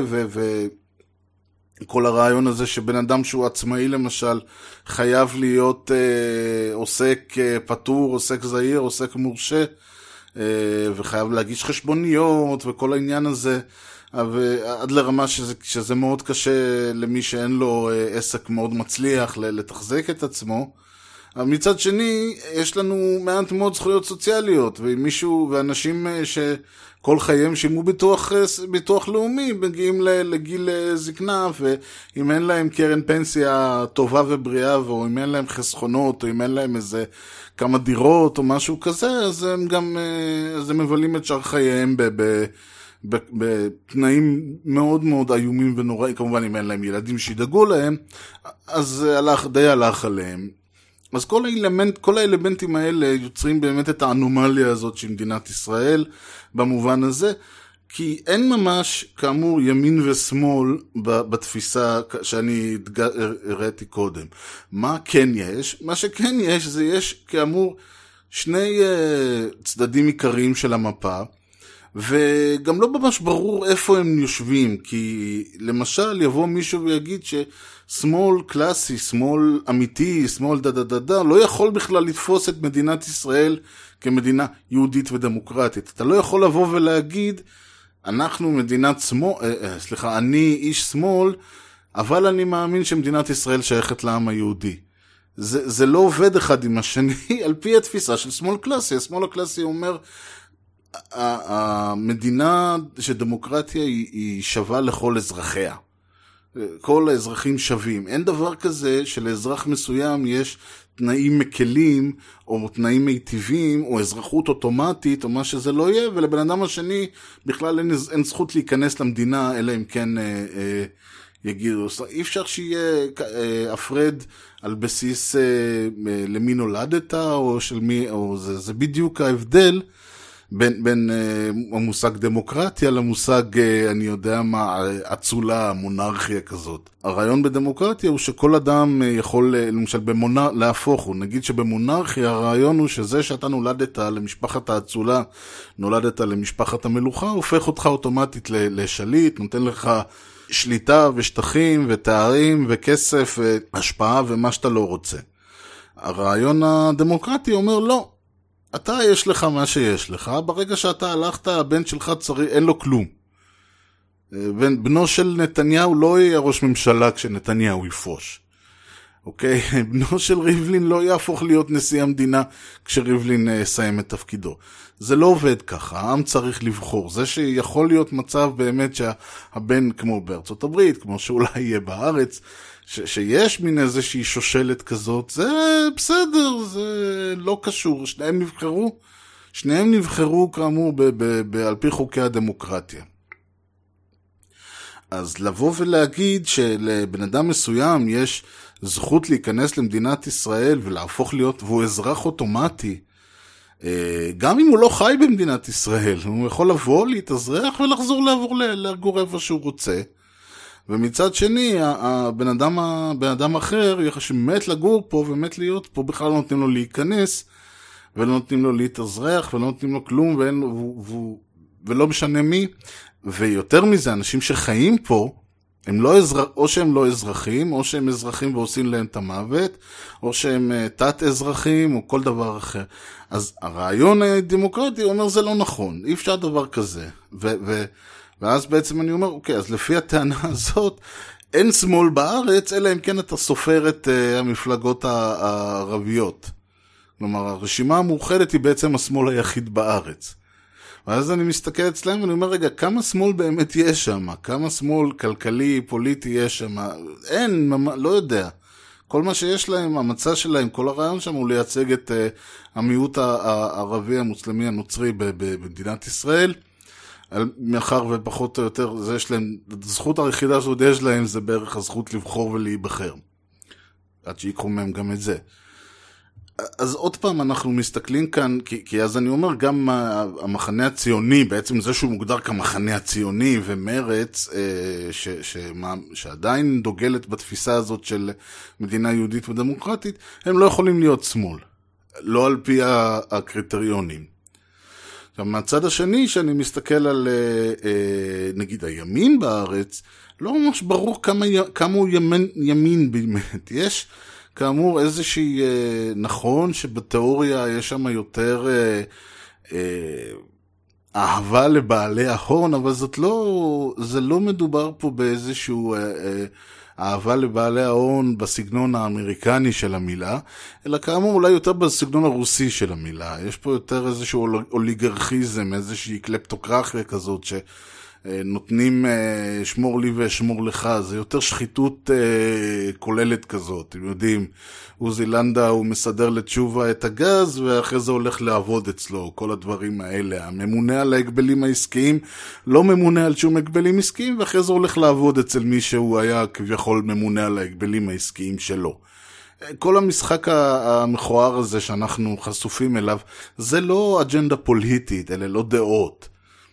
וכל הרעיון הזה שבן אדם שהוא עצמאי למשל, חייב להיות אה, עוסק אה, פטור, עוסק זהיר, עוסק מורשה, אה, וחייב להגיש חשבוניות וכל העניין הזה, עד לרמה שזה, שזה מאוד קשה למי שאין לו אה, עסק מאוד מצליח לתחזק את עצמו. אבל מצד שני, יש לנו מעט מאוד זכויות סוציאליות, ומישהו, ואנשים שכל חייהם שימו ביטוח, ביטוח לאומי, מגיעים לגיל זקנה, ואם אין להם קרן פנסיה טובה ובריאה, או אם אין להם חסכונות, או אם אין להם איזה כמה דירות, או משהו כזה, אז הם גם, אז הם מבלים את שאר חייהם ב... ב בתנאים מאוד מאוד איומים ונוראים, כמובן אם אין להם ילדים שידאגו להם, אז הלך, די הלך עליהם. אז כל האלמנט, כל האלמנטים האלה יוצרים באמת את האנומליה הזאת של מדינת ישראל במובן הזה, כי אין ממש, כאמור, ימין ושמאל בתפיסה שאני הראיתי קודם. מה כן יש? מה שכן יש זה יש, כאמור, שני צדדים עיקריים של המפה, וגם לא ממש ברור איפה הם יושבים, כי למשל יבוא מישהו ויגיד ששמאל קלאסי, שמאל אמיתי, שמאל דדדדה, לא יכול בכלל לתפוס את מדינת ישראל כמדינה יהודית ודמוקרטית. אתה לא יכול לבוא ולהגיד, אנחנו מדינת שמאל, אה, סליחה, אני איש שמאל, אבל אני מאמין שמדינת ישראל שייכת לעם היהודי. זה, זה לא עובד אחד עם השני, על פי התפיסה של שמאל קלאסי. השמאל הקלאסי אומר, המדינה שדמוקרטיה היא שווה לכל אזרחיה. כל האזרחים שווים. אין דבר כזה שלאזרח מסוים יש תנאים מקלים, או תנאים מיטיבים, או אזרחות אוטומטית, או מה שזה לא יהיה, ולבן אדם השני בכלל אין, אין זכות להיכנס למדינה, אלא אם כן אה, אה, יגידו. אי אפשר שיהיה אה, הפרד על בסיס אה, למי נולדת, או של מי, או זה, זה בדיוק ההבדל, בין, בין uh, המושג דמוקרטיה למושג, uh, אני יודע מה, אצולה, מונרכיה כזאת. הרעיון בדמוקרטיה הוא שכל אדם uh, יכול, uh, למשל, במונר... להפוך הוא. נגיד שבמונרכיה הרעיון הוא שזה שאתה נולדת למשפחת האצולה, נולדת למשפחת המלוכה, הופך אותך אוטומטית לשליט, נותן לך שליטה ושטחים ותארים וכסף והשפעה ומה שאתה לא רוצה. הרעיון הדמוקרטי אומר לא. אתה יש לך מה שיש לך, ברגע שאתה הלכת, הבן שלך צריך, אין לו כלום. בן, בנו של נתניהו לא יהיה ראש ממשלה כשנתניהו יפרוש. אוקיי? בנו של ריבלין לא יהפוך להיות נשיא המדינה כשריבלין יסיים את תפקידו. זה לא עובד ככה, העם צריך לבחור. זה שיכול להיות מצב באמת שהבן כמו בארצות הברית, כמו שאולי יהיה בארץ, ש- שיש מין איזושהי שושלת כזאת, זה בסדר, זה לא קשור. שניהם נבחרו, שניהם נבחרו כאמור ב- ב- ב- על פי חוקי הדמוקרטיה. אז לבוא ולהגיד שלבן אדם מסוים יש זכות להיכנס למדינת ישראל ולהפוך להיות, והוא אזרח אוטומטי, גם אם הוא לא חי במדינת ישראל, הוא יכול לבוא, להתאזרח ולחזור לעבור לגור איפה שהוא רוצה. ומצד שני, הבן אדם, הבן אדם אחר, שמת לגור פה ומת להיות פה, בכלל לא נותנים לו להיכנס, ולא נותנים לו להתאזרח, ולא נותנים לו כלום, ואין, ו, ו, ולא משנה מי. ויותר מזה, אנשים שחיים פה, הם לא אזר... או שהם לא אזרחים, או שהם אזרחים ועושים להם את המוות, או שהם תת אזרחים, או כל דבר אחר. אז הרעיון הדמוקרטי אומר זה לא נכון, אי אפשר דבר כזה. ו... ו... ואז בעצם אני אומר, אוקיי, אז לפי הטענה הזאת, אין שמאל בארץ, אלא אם כן אתה סופר את uh, המפלגות הערביות. כלומר, הרשימה המאוחדת היא בעצם השמאל היחיד בארץ. ואז אני מסתכל אצלם ואני אומר, רגע, כמה שמאל באמת יש שם? כמה שמאל כלכלי, פוליטי יש שם? אין, לא יודע. כל מה שיש להם, המצע שלהם, כל הרעיון שם הוא לייצג את uh, המיעוט הערבי, המוסלמי, הנוצרי במדינת ישראל. מאחר ופחות או יותר, זה יש להם, הזכות היחידה שעוד יש להם זה בערך הזכות לבחור ולהיבחר. עד שיקחו מהם גם את זה. אז עוד פעם אנחנו מסתכלים כאן, כי, כי אז אני אומר גם המחנה הציוני, בעצם זה שהוא מוגדר כמחנה הציוני ומרץ, ש, ש, שעדיין דוגלת בתפיסה הזאת של מדינה יהודית ודמוקרטית, הם לא יכולים להיות שמאל. לא על פי הקריטריונים. עכשיו, מהצד השני, שאני מסתכל על, נגיד, הימין בארץ, לא ממש ברור כמה, כמה הוא ימין, ימין באמת. יש, כאמור, איזושהי, נכון שבתיאוריה יש שם יותר אהבה לבעלי ההון, אבל זאת לא, זה לא מדובר פה באיזשהו אהבה לבעלי ההון בסגנון האמריקני של המילה, אלא כאמור אולי יותר בסגנון הרוסי של המילה. יש פה יותר איזשהו אוליגרכיזם, איזושהי קלפטוקרטיה כזאת שנותנים שמור לי ושמור לך. זה יותר שחיתות כוללת כזאת. אתם יודעים, עוזי לנדאו הוא מסדר לתשובה את הגז ואחרי זה הולך לעבוד אצלו, כל הדברים האלה. הממונה על ההגבלים העסקיים לא ממונה על שום הגבלים עסקיים, ואחרי זה הולך לעבוד אצל מי שהוא היה כביכול ממונה על ההגבלים העסקיים שלו. כל המשחק המכוער הזה שאנחנו חשופים אליו, זה לא אג'נדה פוליטית, אלה לא דעות.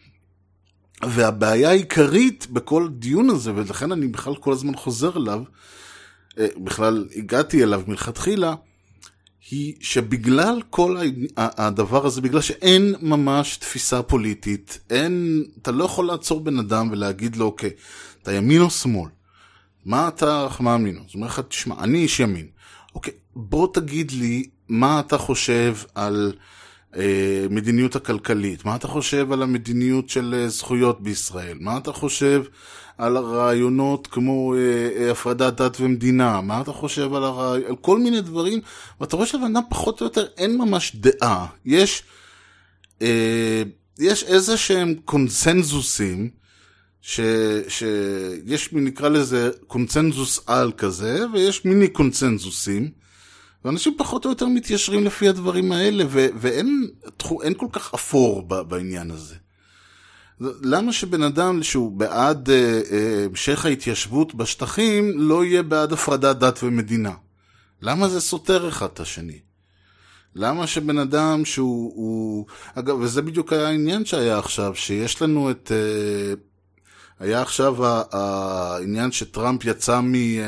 והבעיה העיקרית בכל דיון הזה, ולכן אני בכלל כל הזמן חוזר אליו, בכלל הגעתי אליו מלכתחילה, היא שבגלל כל הדבר הזה, בגלל שאין ממש תפיסה פוליטית, אין, אתה לא יכול לעצור בן אדם ולהגיד לו, אוקיי, אתה ימין או שמאל? מה אתה מאמין? זאת אומרת, תשמע, אני איש ימין. אוקיי, בוא תגיד לי מה אתה חושב על אה, מדיניות הכלכלית, מה אתה חושב על המדיניות של אה, זכויות בישראל, מה אתה חושב על הרעיונות כמו אה, אה, הפרדת דת ומדינה, מה אתה חושב על, הרעי... על כל מיני דברים, ואתה רואה שבאדם פחות או יותר אין ממש דעה. יש, אה, יש איזה שהם קונסנזוסים, ש, שיש מי נקרא לזה קונצנזוס על כזה, ויש מיני קונצנזוסים, ואנשים פחות או יותר מתיישרים לפי הדברים האלה, ו, ואין אין כל כך אפור ב, בעניין הזה. למה שבן אדם שהוא בעד המשך ההתיישבות בשטחים, לא יהיה בעד הפרדת דת ומדינה? למה זה סותר אחד את השני? למה שבן אדם שהוא, הוא, אגב, וזה בדיוק היה העניין שהיה עכשיו, שיש לנו את, היה עכשיו העניין שטראמפ יצא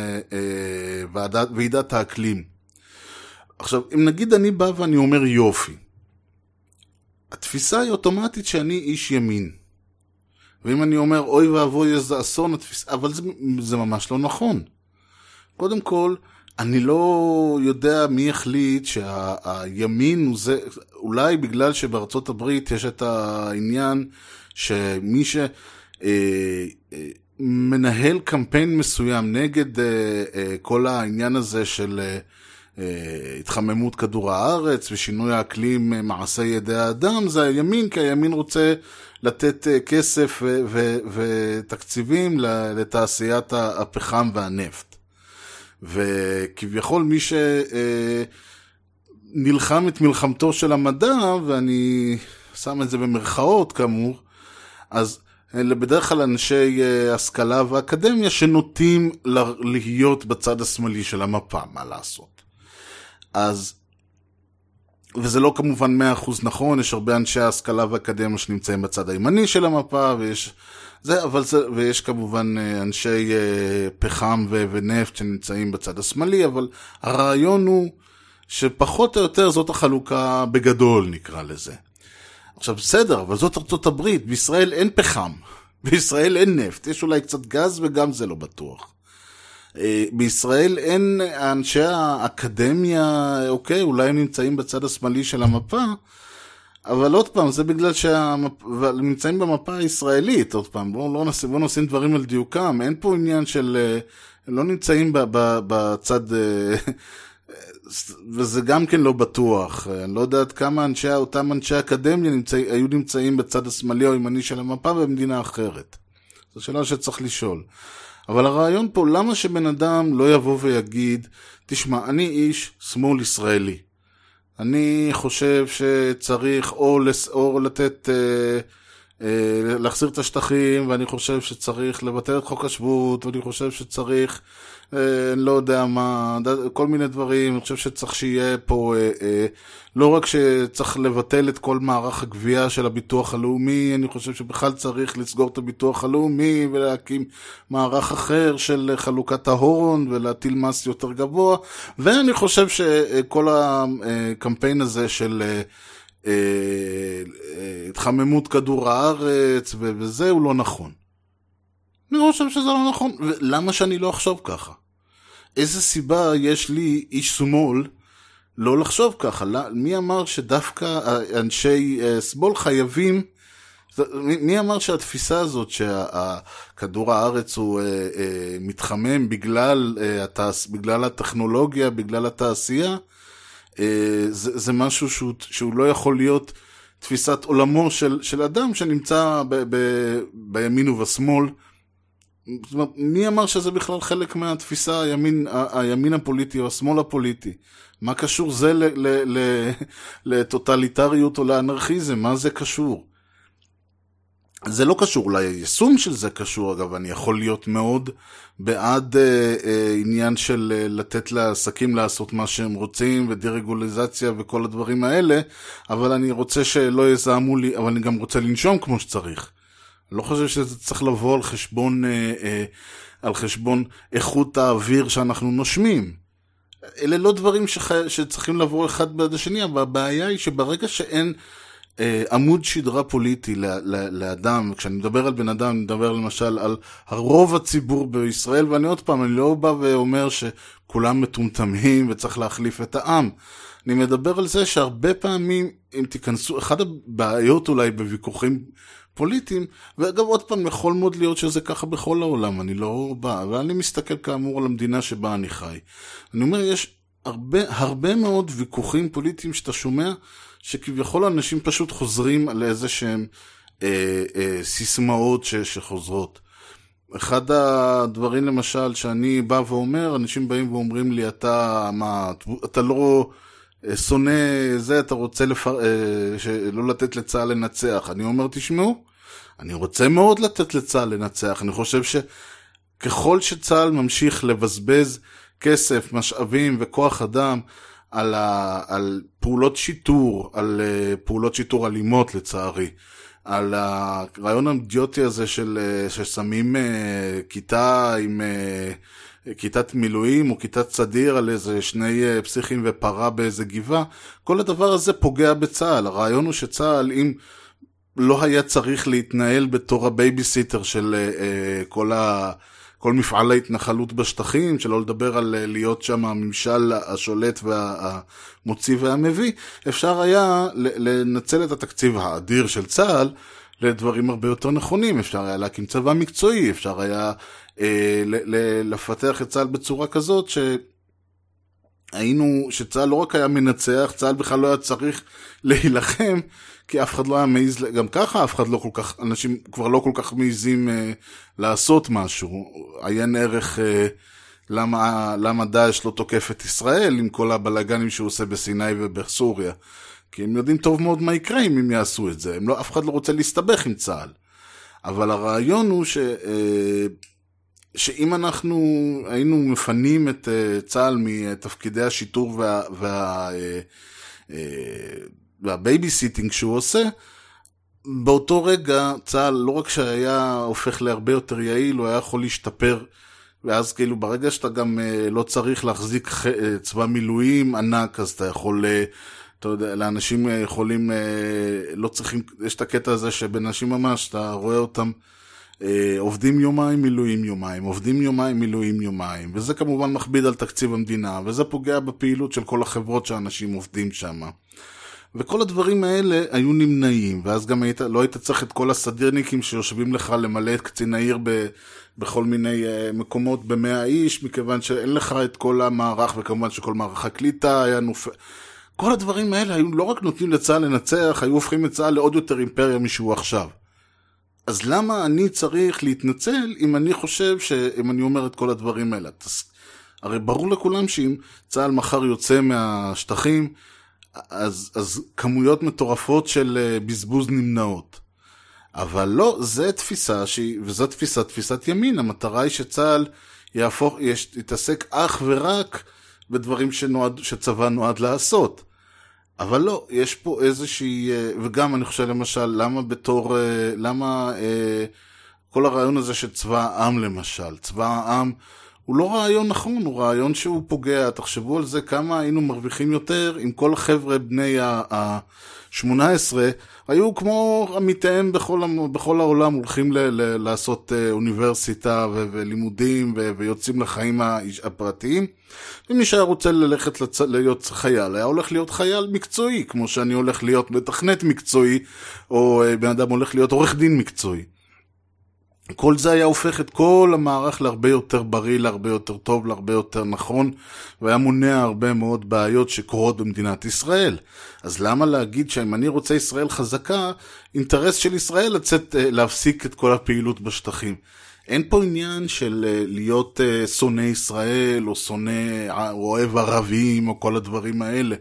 מוועידת האקלים. עכשיו, אם נגיד אני בא ואני אומר יופי, התפיסה היא אוטומטית שאני איש ימין. ואם אני אומר אוי ואבוי איזה אסון, התפיסה, אבל זה, זה ממש לא נכון. קודם כל, אני לא יודע מי החליט שהימין הוא זה, אולי בגלל שבארצות הברית יש את העניין שמי ש... מנהל קמפיין מסוים נגד כל העניין הזה של התחממות כדור הארץ ושינוי האקלים מעשה ידי האדם, זה הימין, כי הימין רוצה לתת כסף ותקציבים לתעשיית הפחם והנפט. וכביכול מי שנלחם את מלחמתו של המדע, ואני שם את זה במרכאות כאמור, אז אלה בדרך כלל אנשי השכלה ואקדמיה שנוטים להיות בצד השמאלי של המפה, מה לעשות. אז וזה לא כמובן מאה אחוז נכון, יש הרבה אנשי ההשכלה והאקדמיה שנמצאים בצד הימני של המפה, ויש, זה, אבל זה, ויש כמובן אנשי פחם ו- ונפט שנמצאים בצד השמאלי, אבל הרעיון הוא שפחות או יותר זאת החלוקה בגדול נקרא לזה. עכשיו בסדר, אבל זאת ארצות הברית, בישראל אין פחם, בישראל אין נפט, יש אולי קצת גז וגם זה לא בטוח. בישראל אין אנשי האקדמיה, אוקיי, אולי הם נמצאים בצד השמאלי של המפה, אבל עוד פעם, זה בגלל שהם נמצאים במפה הישראלית, עוד פעם, בואו לא נשים, בוא נשים דברים על דיוקם, אין פה עניין של, הם לא נמצאים בצד, וזה גם כן לא בטוח, אני לא יודעת כמה אנשי, אותם אנשי האקדמיה נמצא, היו נמצאים בצד השמאלי או הימני של המפה במדינה אחרת. זו שאלה שצריך לשאול. אבל הרעיון פה, למה שבן אדם לא יבוא ויגיד, תשמע, אני איש שמאל ישראלי. אני חושב שצריך או, לס... או לתת, אה, אה, להחזיר את השטחים, ואני חושב שצריך לבטל את חוק השבות, ואני חושב שצריך, אה, לא יודע מה, כל מיני דברים, אני חושב שצריך שיהיה פה, אה, אה, לא רק שצריך לבטל את כל מערך הגבייה של הביטוח הלאומי, אני חושב שבכלל צריך לסגור את הביטוח הלאומי ולהקים מערך אחר של חלוקת ההון ולהטיל מס יותר גבוה, ואני חושב שכל הקמפיין הזה של התחממות כדור הארץ וזה הוא לא נכון. אני חושב שזה לא נכון. למה שאני לא אחשוב ככה? איזה סיבה יש לי איש שמאל לא לחשוב ככה? מי אמר שדווקא אנשי שמאל חייבים, מי אמר שהתפיסה הזאת שכדור הארץ הוא מתחמם בגלל, בגלל הטכנולוגיה, בגלל התעשייה, זה, זה משהו שהוא, שהוא לא יכול להיות תפיסת עולמו של, של אדם שנמצא ב, ב, בימין ובשמאל. זאת אומרת, מי אמר שזה בכלל חלק מהתפיסה הימין, הימין הפוליטי או השמאל הפוליטי? מה קשור זה ל, ל, ל, לטוטליטריות או לאנרכיזם? מה זה קשור? זה לא קשור, אולי היישום של זה קשור, אגב, אני יכול להיות מאוד בעד אה, אה, עניין של אה, לתת לעסקים לעשות מה שהם רוצים, ודירגוליזציה וכל הדברים האלה, אבל אני רוצה שלא יזעמו לי, אבל אני גם רוצה לנשום כמו שצריך. אני לא חושב שזה צריך לבוא על חשבון, אה, אה, על חשבון איכות האוויר שאנחנו נושמים. אלה לא דברים שח... שצריכים לבוא אחד בעד השני, אבל הבעיה היא שברגע שאין עמוד שדרה פוליטי לאדם, כשאני מדבר על בן אדם, אני מדבר למשל על הרוב הציבור בישראל, ואני עוד פעם, אני לא בא ואומר שכולם מטומטמים וצריך להחליף את העם. אני מדבר על זה שהרבה פעמים, אם תיכנסו, אחד הבעיות אולי בוויכוחים פוליטיים, ואגב עוד פעם יכול מאוד להיות שזה ככה בכל העולם, אני לא בא, אבל אני מסתכל כאמור על המדינה שבה אני חי. אני אומר, יש הרבה, הרבה מאוד ויכוחים פוליטיים שאתה שומע, שכביכול אנשים פשוט חוזרים על איזה שהם אה, אה, סיסמאות ש, שחוזרות. אחד הדברים למשל שאני בא ואומר, אנשים באים ואומרים לי, אתה, מה, אתה לא שונא זה, אתה רוצה לפר... אה, לא לתת לצה"ל לנצח. אני אומר, תשמעו, אני רוצה מאוד לתת לצה"ל לנצח. אני חושב שככל שצה"ל ממשיך לבזבז כסף, משאבים וכוח אדם, על, ה, על פעולות שיטור, על uh, פעולות שיטור אלימות לצערי, על הרעיון האידיוטי הזה של ששמים uh, כיתה עם uh, כיתת מילואים או כיתת צדיר על איזה שני uh, פסיכים ופרה באיזה גבעה, כל הדבר הזה פוגע בצה"ל. הרעיון הוא שצה"ל, אם לא היה צריך להתנהל בתור הבייביסיטר של uh, uh, כל ה... כל מפעל ההתנחלות בשטחים, שלא לדבר על להיות שם הממשל השולט והמוציא והמביא, אפשר היה לנצל את התקציב האדיר של צה"ל לדברים הרבה יותר נכונים. אפשר היה להקים צבא מקצועי, אפשר היה אה, לפתח את צה"ל בצורה כזאת שהיינו, שצה"ל לא רק היה מנצח, צה"ל בכלל לא היה צריך להילחם, כי אף אחד לא היה מעיז, גם ככה אף אחד לא כל כך, אנשים כבר לא כל כך מעיזים אה, לעשות משהו. עיין ערך אה, למה, למה דאעש לא תוקף את ישראל עם כל הבלגנים שהוא עושה בסיני ובסוריה. כי הם יודעים טוב מאוד מה יקרה אם הם יעשו את זה. הם לא, אף אחד לא רוצה להסתבך עם צה"ל. אבל הרעיון הוא ש, אה, שאם אנחנו היינו מפנים את אה, צה"ל מתפקידי השיטור וה... וה אה, והבייביסיטינג שהוא עושה, באותו רגע צה"ל לא רק שהיה הופך להרבה יותר יעיל, הוא היה יכול להשתפר, ואז כאילו ברגע שאתה גם לא צריך להחזיק צבא מילואים ענק, אז אתה יכול, אתה יודע, לאנשים יכולים, לא צריכים, יש את הקטע הזה שבין אנשים ממש, אתה רואה אותם, עובדים יומיים, מילואים יומיים, עובדים יומיים, מילואים יומיים, וזה כמובן מכביד על תקציב המדינה, וזה פוגע בפעילות של כל החברות שאנשים עובדים שם. וכל הדברים האלה היו נמנעים, ואז גם היית, לא היית צריך את כל הסדירניקים שיושבים לך למלא את קצין העיר ב, בכל מיני uh, מקומות במאה איש, מכיוון שאין לך את כל המערך, וכמובן שכל מערך הקליטה היה נופל. כל הדברים האלה היו לא רק נותנים לצה"ל לנצח, היו הופכים את צה"ל לעוד יותר אימפריה משהו עכשיו. אז למה אני צריך להתנצל אם אני חושב שאם אני אומר את כל הדברים האלה? הרי ברור לכולם שאם צה"ל מחר יוצא מהשטחים, אז, אז כמויות מטורפות של בזבוז נמנעות. אבל לא, זה תפיסה, שהיא, וזו תפיסה, תפיסת ימין. המטרה היא שצה"ל יהפוך, יש, יתעסק אך ורק בדברים שנועד, שצבא נועד לעשות. אבל לא, יש פה איזושהי, וגם אני חושב למשל, למה בתור, למה כל הרעיון הזה של צבא העם למשל, צבא העם, הוא לא רעיון נכון, הוא רעיון שהוא פוגע. תחשבו על זה כמה היינו מרוויחים יותר אם כל החבר'ה בני ה-שמונה עשרה היו כמו עמיתיהם בכל, בכל העולם, הולכים ל- ל- לעשות אוניברסיטה ו- ולימודים ו- ויוצאים לחיים הפרטיים. ומי שהיה רוצה ללכת לצ... להיות חייל, היה הולך להיות חייל מקצועי, כמו שאני הולך להיות מתכנת מקצועי, או בן אדם הולך להיות עורך דין מקצועי. כל זה היה הופך את כל המערך להרבה יותר בריא, להרבה יותר טוב, להרבה יותר נכון, והיה מונע הרבה מאוד בעיות שקורות במדינת ישראל. אז למה להגיד שאם אני רוצה ישראל חזקה, אינטרס של ישראל לצאת, להפסיק את כל הפעילות בשטחים? אין פה עניין של להיות שונא ישראל, או שונא, או אוהב ערבים, או כל הדברים האלה.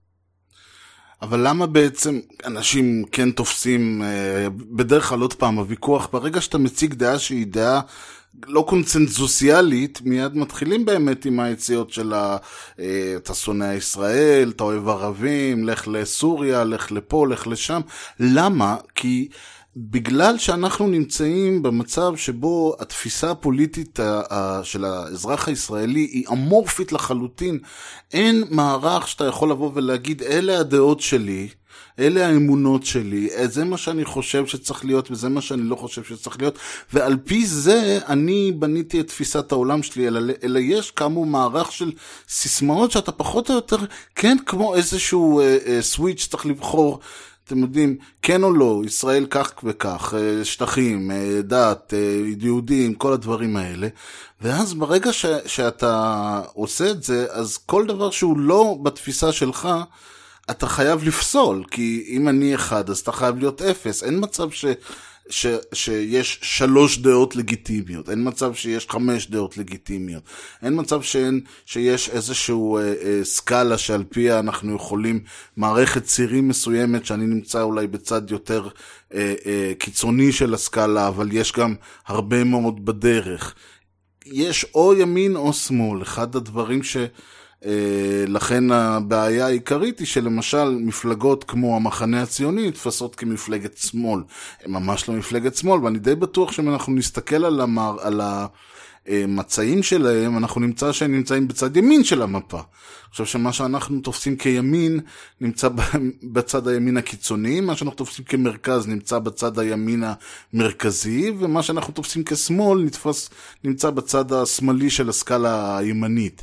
אבל למה בעצם אנשים כן תופסים, בדרך כלל עוד פעם, הוויכוח, ברגע שאתה מציג דעה שהיא דעה לא קונצנזוסיאלית, מיד מתחילים באמת עם היציאות של אתה שונא ישראל, אתה אוהב ערבים, לך לסוריה, לך לפה, לך לשם. למה? כי בגלל שאנחנו נמצאים במצב שבו התפיסה הפוליטית של האזרח הישראלי היא אמורפית לחלוטין, אין מערך שאתה יכול לבוא ולהגיד אלה הדעות שלי, אלה האמונות שלי, זה מה שאני חושב שצריך להיות וזה מה שאני לא חושב שצריך להיות, ועל פי זה אני בניתי את תפיסת העולם שלי, אלא, אלא יש כאמור מערך של סיסמאות שאתה פחות או יותר, כן כמו איזשהו אה, אה, סוויץ' שצריך לבחור, אתם יודעים, כן או לא, ישראל כך וכך, שטחים, דת, יהודים, כל הדברים האלה. ואז ברגע ש, שאתה עושה את זה, אז כל דבר שהוא לא בתפיסה שלך, אתה חייב לפסול. כי אם אני אחד, אז אתה חייב להיות אפס. אין מצב ש... ש, שיש שלוש דעות לגיטימיות, אין מצב שיש חמש דעות לגיטימיות, אין מצב שאין, שיש איזשהו אה, אה, סקאלה שעל פיה אנחנו יכולים, מערכת צירים מסוימת שאני נמצא אולי בצד יותר אה, אה, קיצוני של הסקאלה, אבל יש גם הרבה מאוד בדרך. יש או ימין או שמאל, אחד הדברים ש... לכן הבעיה העיקרית היא שלמשל מפלגות כמו המחנה הציוני נתפסות כמפלגת שמאל. הם ממש לא מפלגת שמאל, ואני די בטוח שאם אנחנו נסתכל על, המר, על המצעים שלהם, אנחנו נמצא שהם נמצאים בצד ימין של המפה. אני חושב שמה שאנחנו תופסים כימין נמצא בצד הימין הקיצוני, מה שאנחנו תופסים כמרכז נמצא בצד הימין המרכזי, ומה שאנחנו תופסים כשמאל נתפס, נמצא בצד השמאלי של הסקאלה הימנית.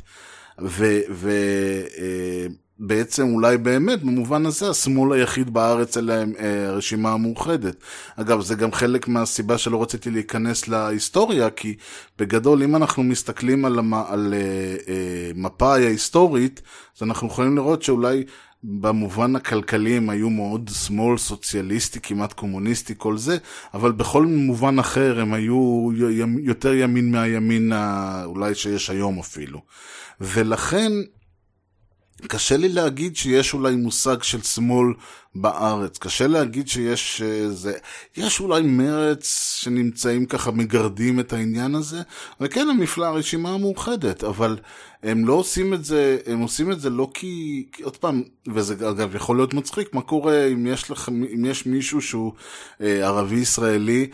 ובעצם אולי באמת במובן הזה השמאל היחיד בארץ אלה הרשימה המאוחדת. אגב, זה גם חלק מהסיבה שלא רציתי להיכנס להיסטוריה, כי בגדול אם אנחנו מסתכלים על, על מפה ההיסטורית, אז אנחנו יכולים לראות שאולי במובן הכלכלי הם היו מאוד שמאל, סוציאליסטי, כמעט קומוניסטי, כל זה, אבל בכל מובן אחר הם היו יותר ימין מהימין אולי שיש היום אפילו. ולכן קשה לי להגיד שיש אולי מושג של שמאל בארץ, קשה להגיד שיש זה, יש אולי מרץ שנמצאים ככה מגרדים את העניין הזה, וכן המפלגה הרשימה המאוחדת, אבל הם לא עושים את זה, הם עושים את זה לא כי, כי עוד פעם, וזה אגב יכול להיות מצחיק, מה קורה אם יש לך, אם יש מישהו שהוא אה, ערבי ישראלי,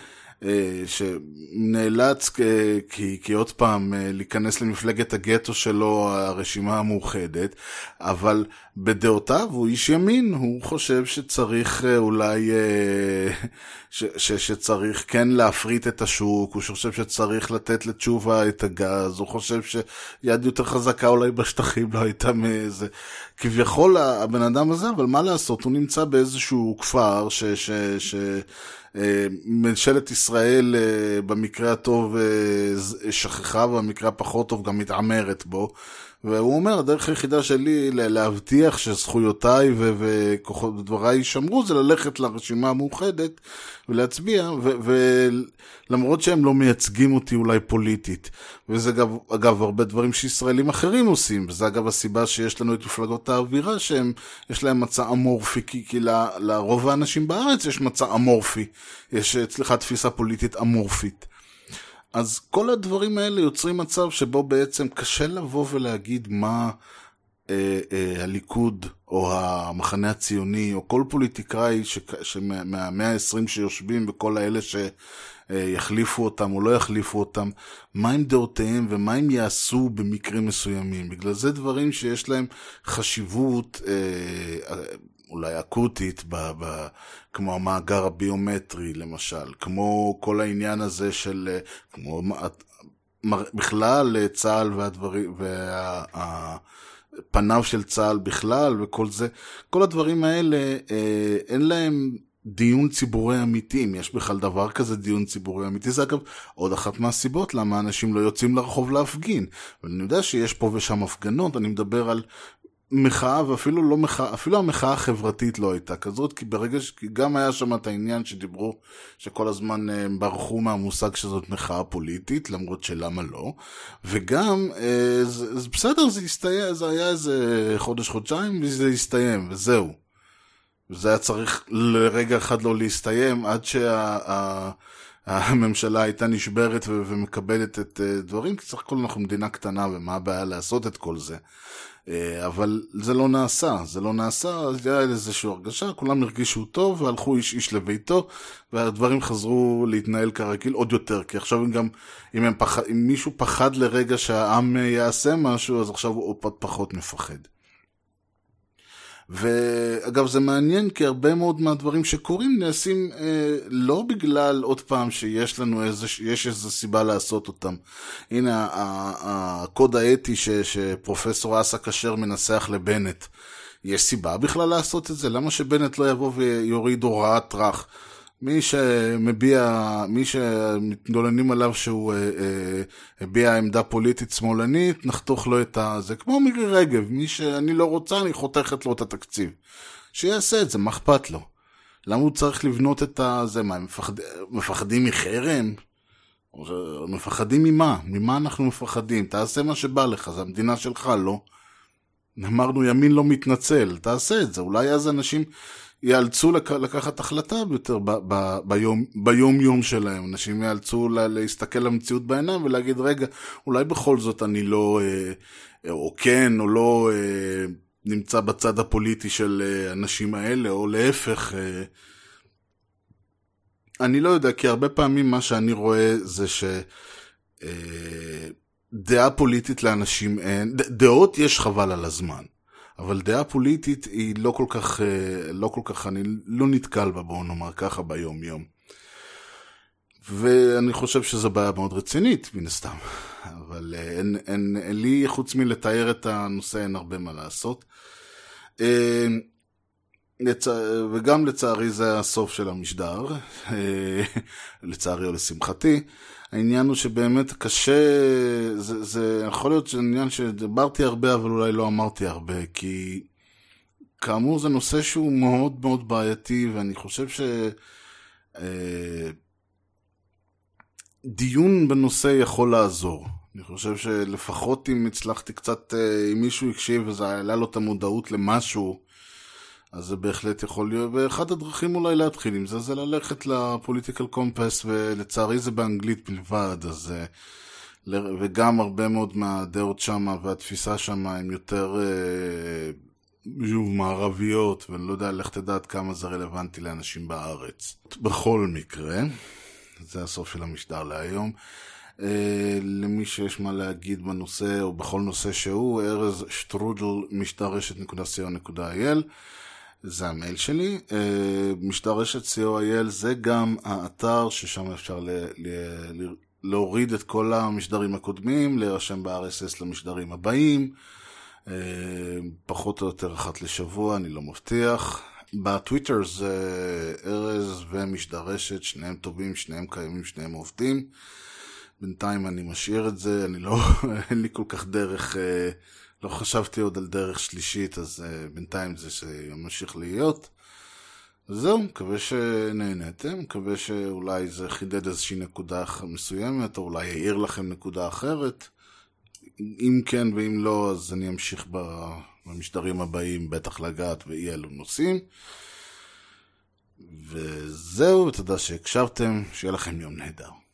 שנאלץ כי, כי עוד פעם להיכנס למפלגת הגטו שלו, הרשימה המאוחדת, אבל בדעותיו הוא איש ימין, הוא חושב שצריך אולי ש, ש, שצריך כן להפריט את השוק, הוא חושב שצריך לתת לתשובה את הגז, הוא חושב שיד יותר חזקה אולי בשטחים לא הייתה מאיזה כביכול הבן אדם הזה, אבל מה לעשות, הוא נמצא באיזשהו כפר ש, ש, ש ממשלת ישראל במקרה הטוב שכחה, ובמקרה הפחות טוב גם מתעמרת בו, והוא אומר, הדרך היחידה שלי להבטיח שזכויותיי ודבריי יישמרו זה ללכת לרשימה המאוחדת ולהצביע, ולמרות שהם לא מייצגים אותי אולי פוליטית, וזה אגב, אגב הרבה דברים שישראלים אחרים עושים, וזה אגב הסיבה שיש לנו את מפלגות האווירה, שהם יש להם מצע אמורפי, כי, כי ל, לרוב האנשים בארץ יש מצע אמורפי, יש אצלך תפיסה פוליטית אמורפית. אז כל הדברים האלה יוצרים מצב שבו בעצם קשה לבוא ולהגיד מה אה, אה, הליכוד או המחנה הציוני או כל פוליטיקאי מהמאה ה-עשרים שיושבים וכל האלה שיחליפו אותם או לא יחליפו אותם, מה הם דעותיהם ומה הם יעשו במקרים מסוימים. בגלל זה דברים שיש להם חשיבות אה, אולי אקוטית, ב, ב, כמו המאגר הביומטרי למשל, כמו כל העניין הזה של, כמו בכלל צה"ל והדברים, והפניו של צה"ל בכלל וכל זה, כל הדברים האלה, אין להם דיון ציבורי אמיתי, אם יש בכלל דבר כזה דיון ציבורי אמיתי. זה אגב עוד אחת מהסיבות למה אנשים לא יוצאים לרחוב להפגין, ואני יודע שיש פה ושם הפגנות, אני מדבר על מחאה, ואפילו לא מחאה, אפילו המחאה החברתית לא הייתה כזאת, כי ברגע ש... כי גם היה שם את העניין שדיברו, שכל הזמן ברחו מהמושג שזאת מחאה פוליטית, למרות שלמה לא, וגם, זה, זה בסדר, זה הסתיים, זה היה איזה חודש, חודשיים, וזה הסתיים, וזהו. וזה היה צריך לרגע אחד לא להסתיים, עד שהממשלה שה... הייתה נשברת ו... ומקבלת את דברים, כי צריך כל אנחנו מדינה קטנה, ומה הבעיה לעשות את כל זה. אבל זה לא נעשה, זה לא נעשה, אז היה איזושהי הרגשה, כולם הרגישו טוב והלכו איש איש לביתו, והדברים חזרו להתנהל כרגיל עוד יותר, כי עכשיו גם אם, הם פח... אם מישהו פחד לרגע שהעם יעשה משהו, אז עכשיו הוא עוד פחות מפחד. ואגב זה מעניין, כי הרבה מאוד מהדברים שקורים נעשים אה, לא בגלל עוד פעם שיש לנו איזה, יש איזו סיבה לעשות אותם. הנה הקוד האתי ש, שפרופסור אסא כשר מנסח לבנט, יש סיבה בכלל לעשות את זה? למה שבנט לא יבוא ויוריד הוראת טרח? מי שמביע, מי שמתגולנים עליו שהוא אה, אה, הביע עמדה פוליטית שמאלנית, נחתוך לו את זה, כמו מירי רגב, מי שאני לא רוצה, אני חותכת לו את התקציב. שיעשה את זה, מה אכפת לו? למה הוא צריך לבנות את זה? מה, הם מפחד, מפחדים מחרם? מפחדים ממה? ממה אנחנו מפחדים? תעשה מה שבא לך, זה המדינה שלך, לא? אמרנו, ימין לא מתנצל, תעשה את זה. אולי אז אנשים יאלצו לקחת החלטה יותר ב- ב- ביום, ביום יום שלהם. אנשים יאלצו לה, להסתכל למציאות בעיניים ולהגיד, רגע, אולי בכל זאת אני לא, אה, או כן, או לא אה, נמצא בצד הפוליטי של אה, אנשים האלה, או להפך. אה, אני לא יודע, כי הרבה פעמים מה שאני רואה זה ש... אה, דעה פוליטית לאנשים אין, ד- דעות יש חבל על הזמן. אבל דעה פוליטית היא לא כל כך, לא כל כך, אני לא נתקל בה, בואו נאמר ככה, ביום יום. ואני חושב שזו בעיה מאוד רצינית, מן הסתם. אבל אין, אין, אין לי, חוץ מלתאר את הנושא, אין הרבה מה לעשות. וגם לצערי זה הסוף של המשדר, לצערי או לשמחתי. העניין הוא שבאמת קשה, זה, זה יכול להיות עניין שדיברתי הרבה, אבל אולי לא אמרתי הרבה, כי כאמור זה נושא שהוא מאוד מאוד בעייתי, ואני חושב ש... דיון בנושא יכול לעזור. אני חושב שלפחות אם הצלחתי קצת, אם מישהו הקשיב וזה העלה לו את המודעות למשהו, אז זה בהחלט יכול להיות, ואחד הדרכים אולי להתחיל עם זה, זה ללכת לפוליטיקל קומפס, ולצערי זה באנגלית בלבד, אז, וגם הרבה מאוד מהדעות שם והתפיסה שם הם יותר שוב מערביות, ואני לא יודע, לך תדעת כמה זה רלוונטי לאנשים בארץ. בכל מקרה, זה הסוף של המשדר להיום. למי שיש מה להגיד בנושא או בכל נושא שהוא, ארז שטרודל משדר רשת נקודה סי או נקודה איי אל, זה המייל שלי. משדר רשת סי או איי אל זה גם האתר ששם אפשר ל- ל- ל- להוריד את כל המשדרים הקודמים, להירשם ב-אר אס אס למשדרים הבאים, פחות או יותר אחת לשבוע, אני לא מבטיח. בטוויטר זה ארז ומשדר רשת, שניהם טובים, שניהם קיימים, שניהם עובדים. בינתיים אני משאיר את זה, אני לא, אין לי כל כך דרך, לא חשבתי עוד על דרך שלישית, אז בינתיים זה שימשיך להיות. זהו, מקווה שנהנתם, מקווה שאולי זה חידד איזושהי נקודה מסוימת, או אולי יעיר לכם נקודה אחרת. אם כן ואם לא, אז אני אמשיך במשדרים הבאים, בטח לגעת ואי אלו נושאים. וזהו, תודה שהקשבתם, שיהיה לכם יום נהדר.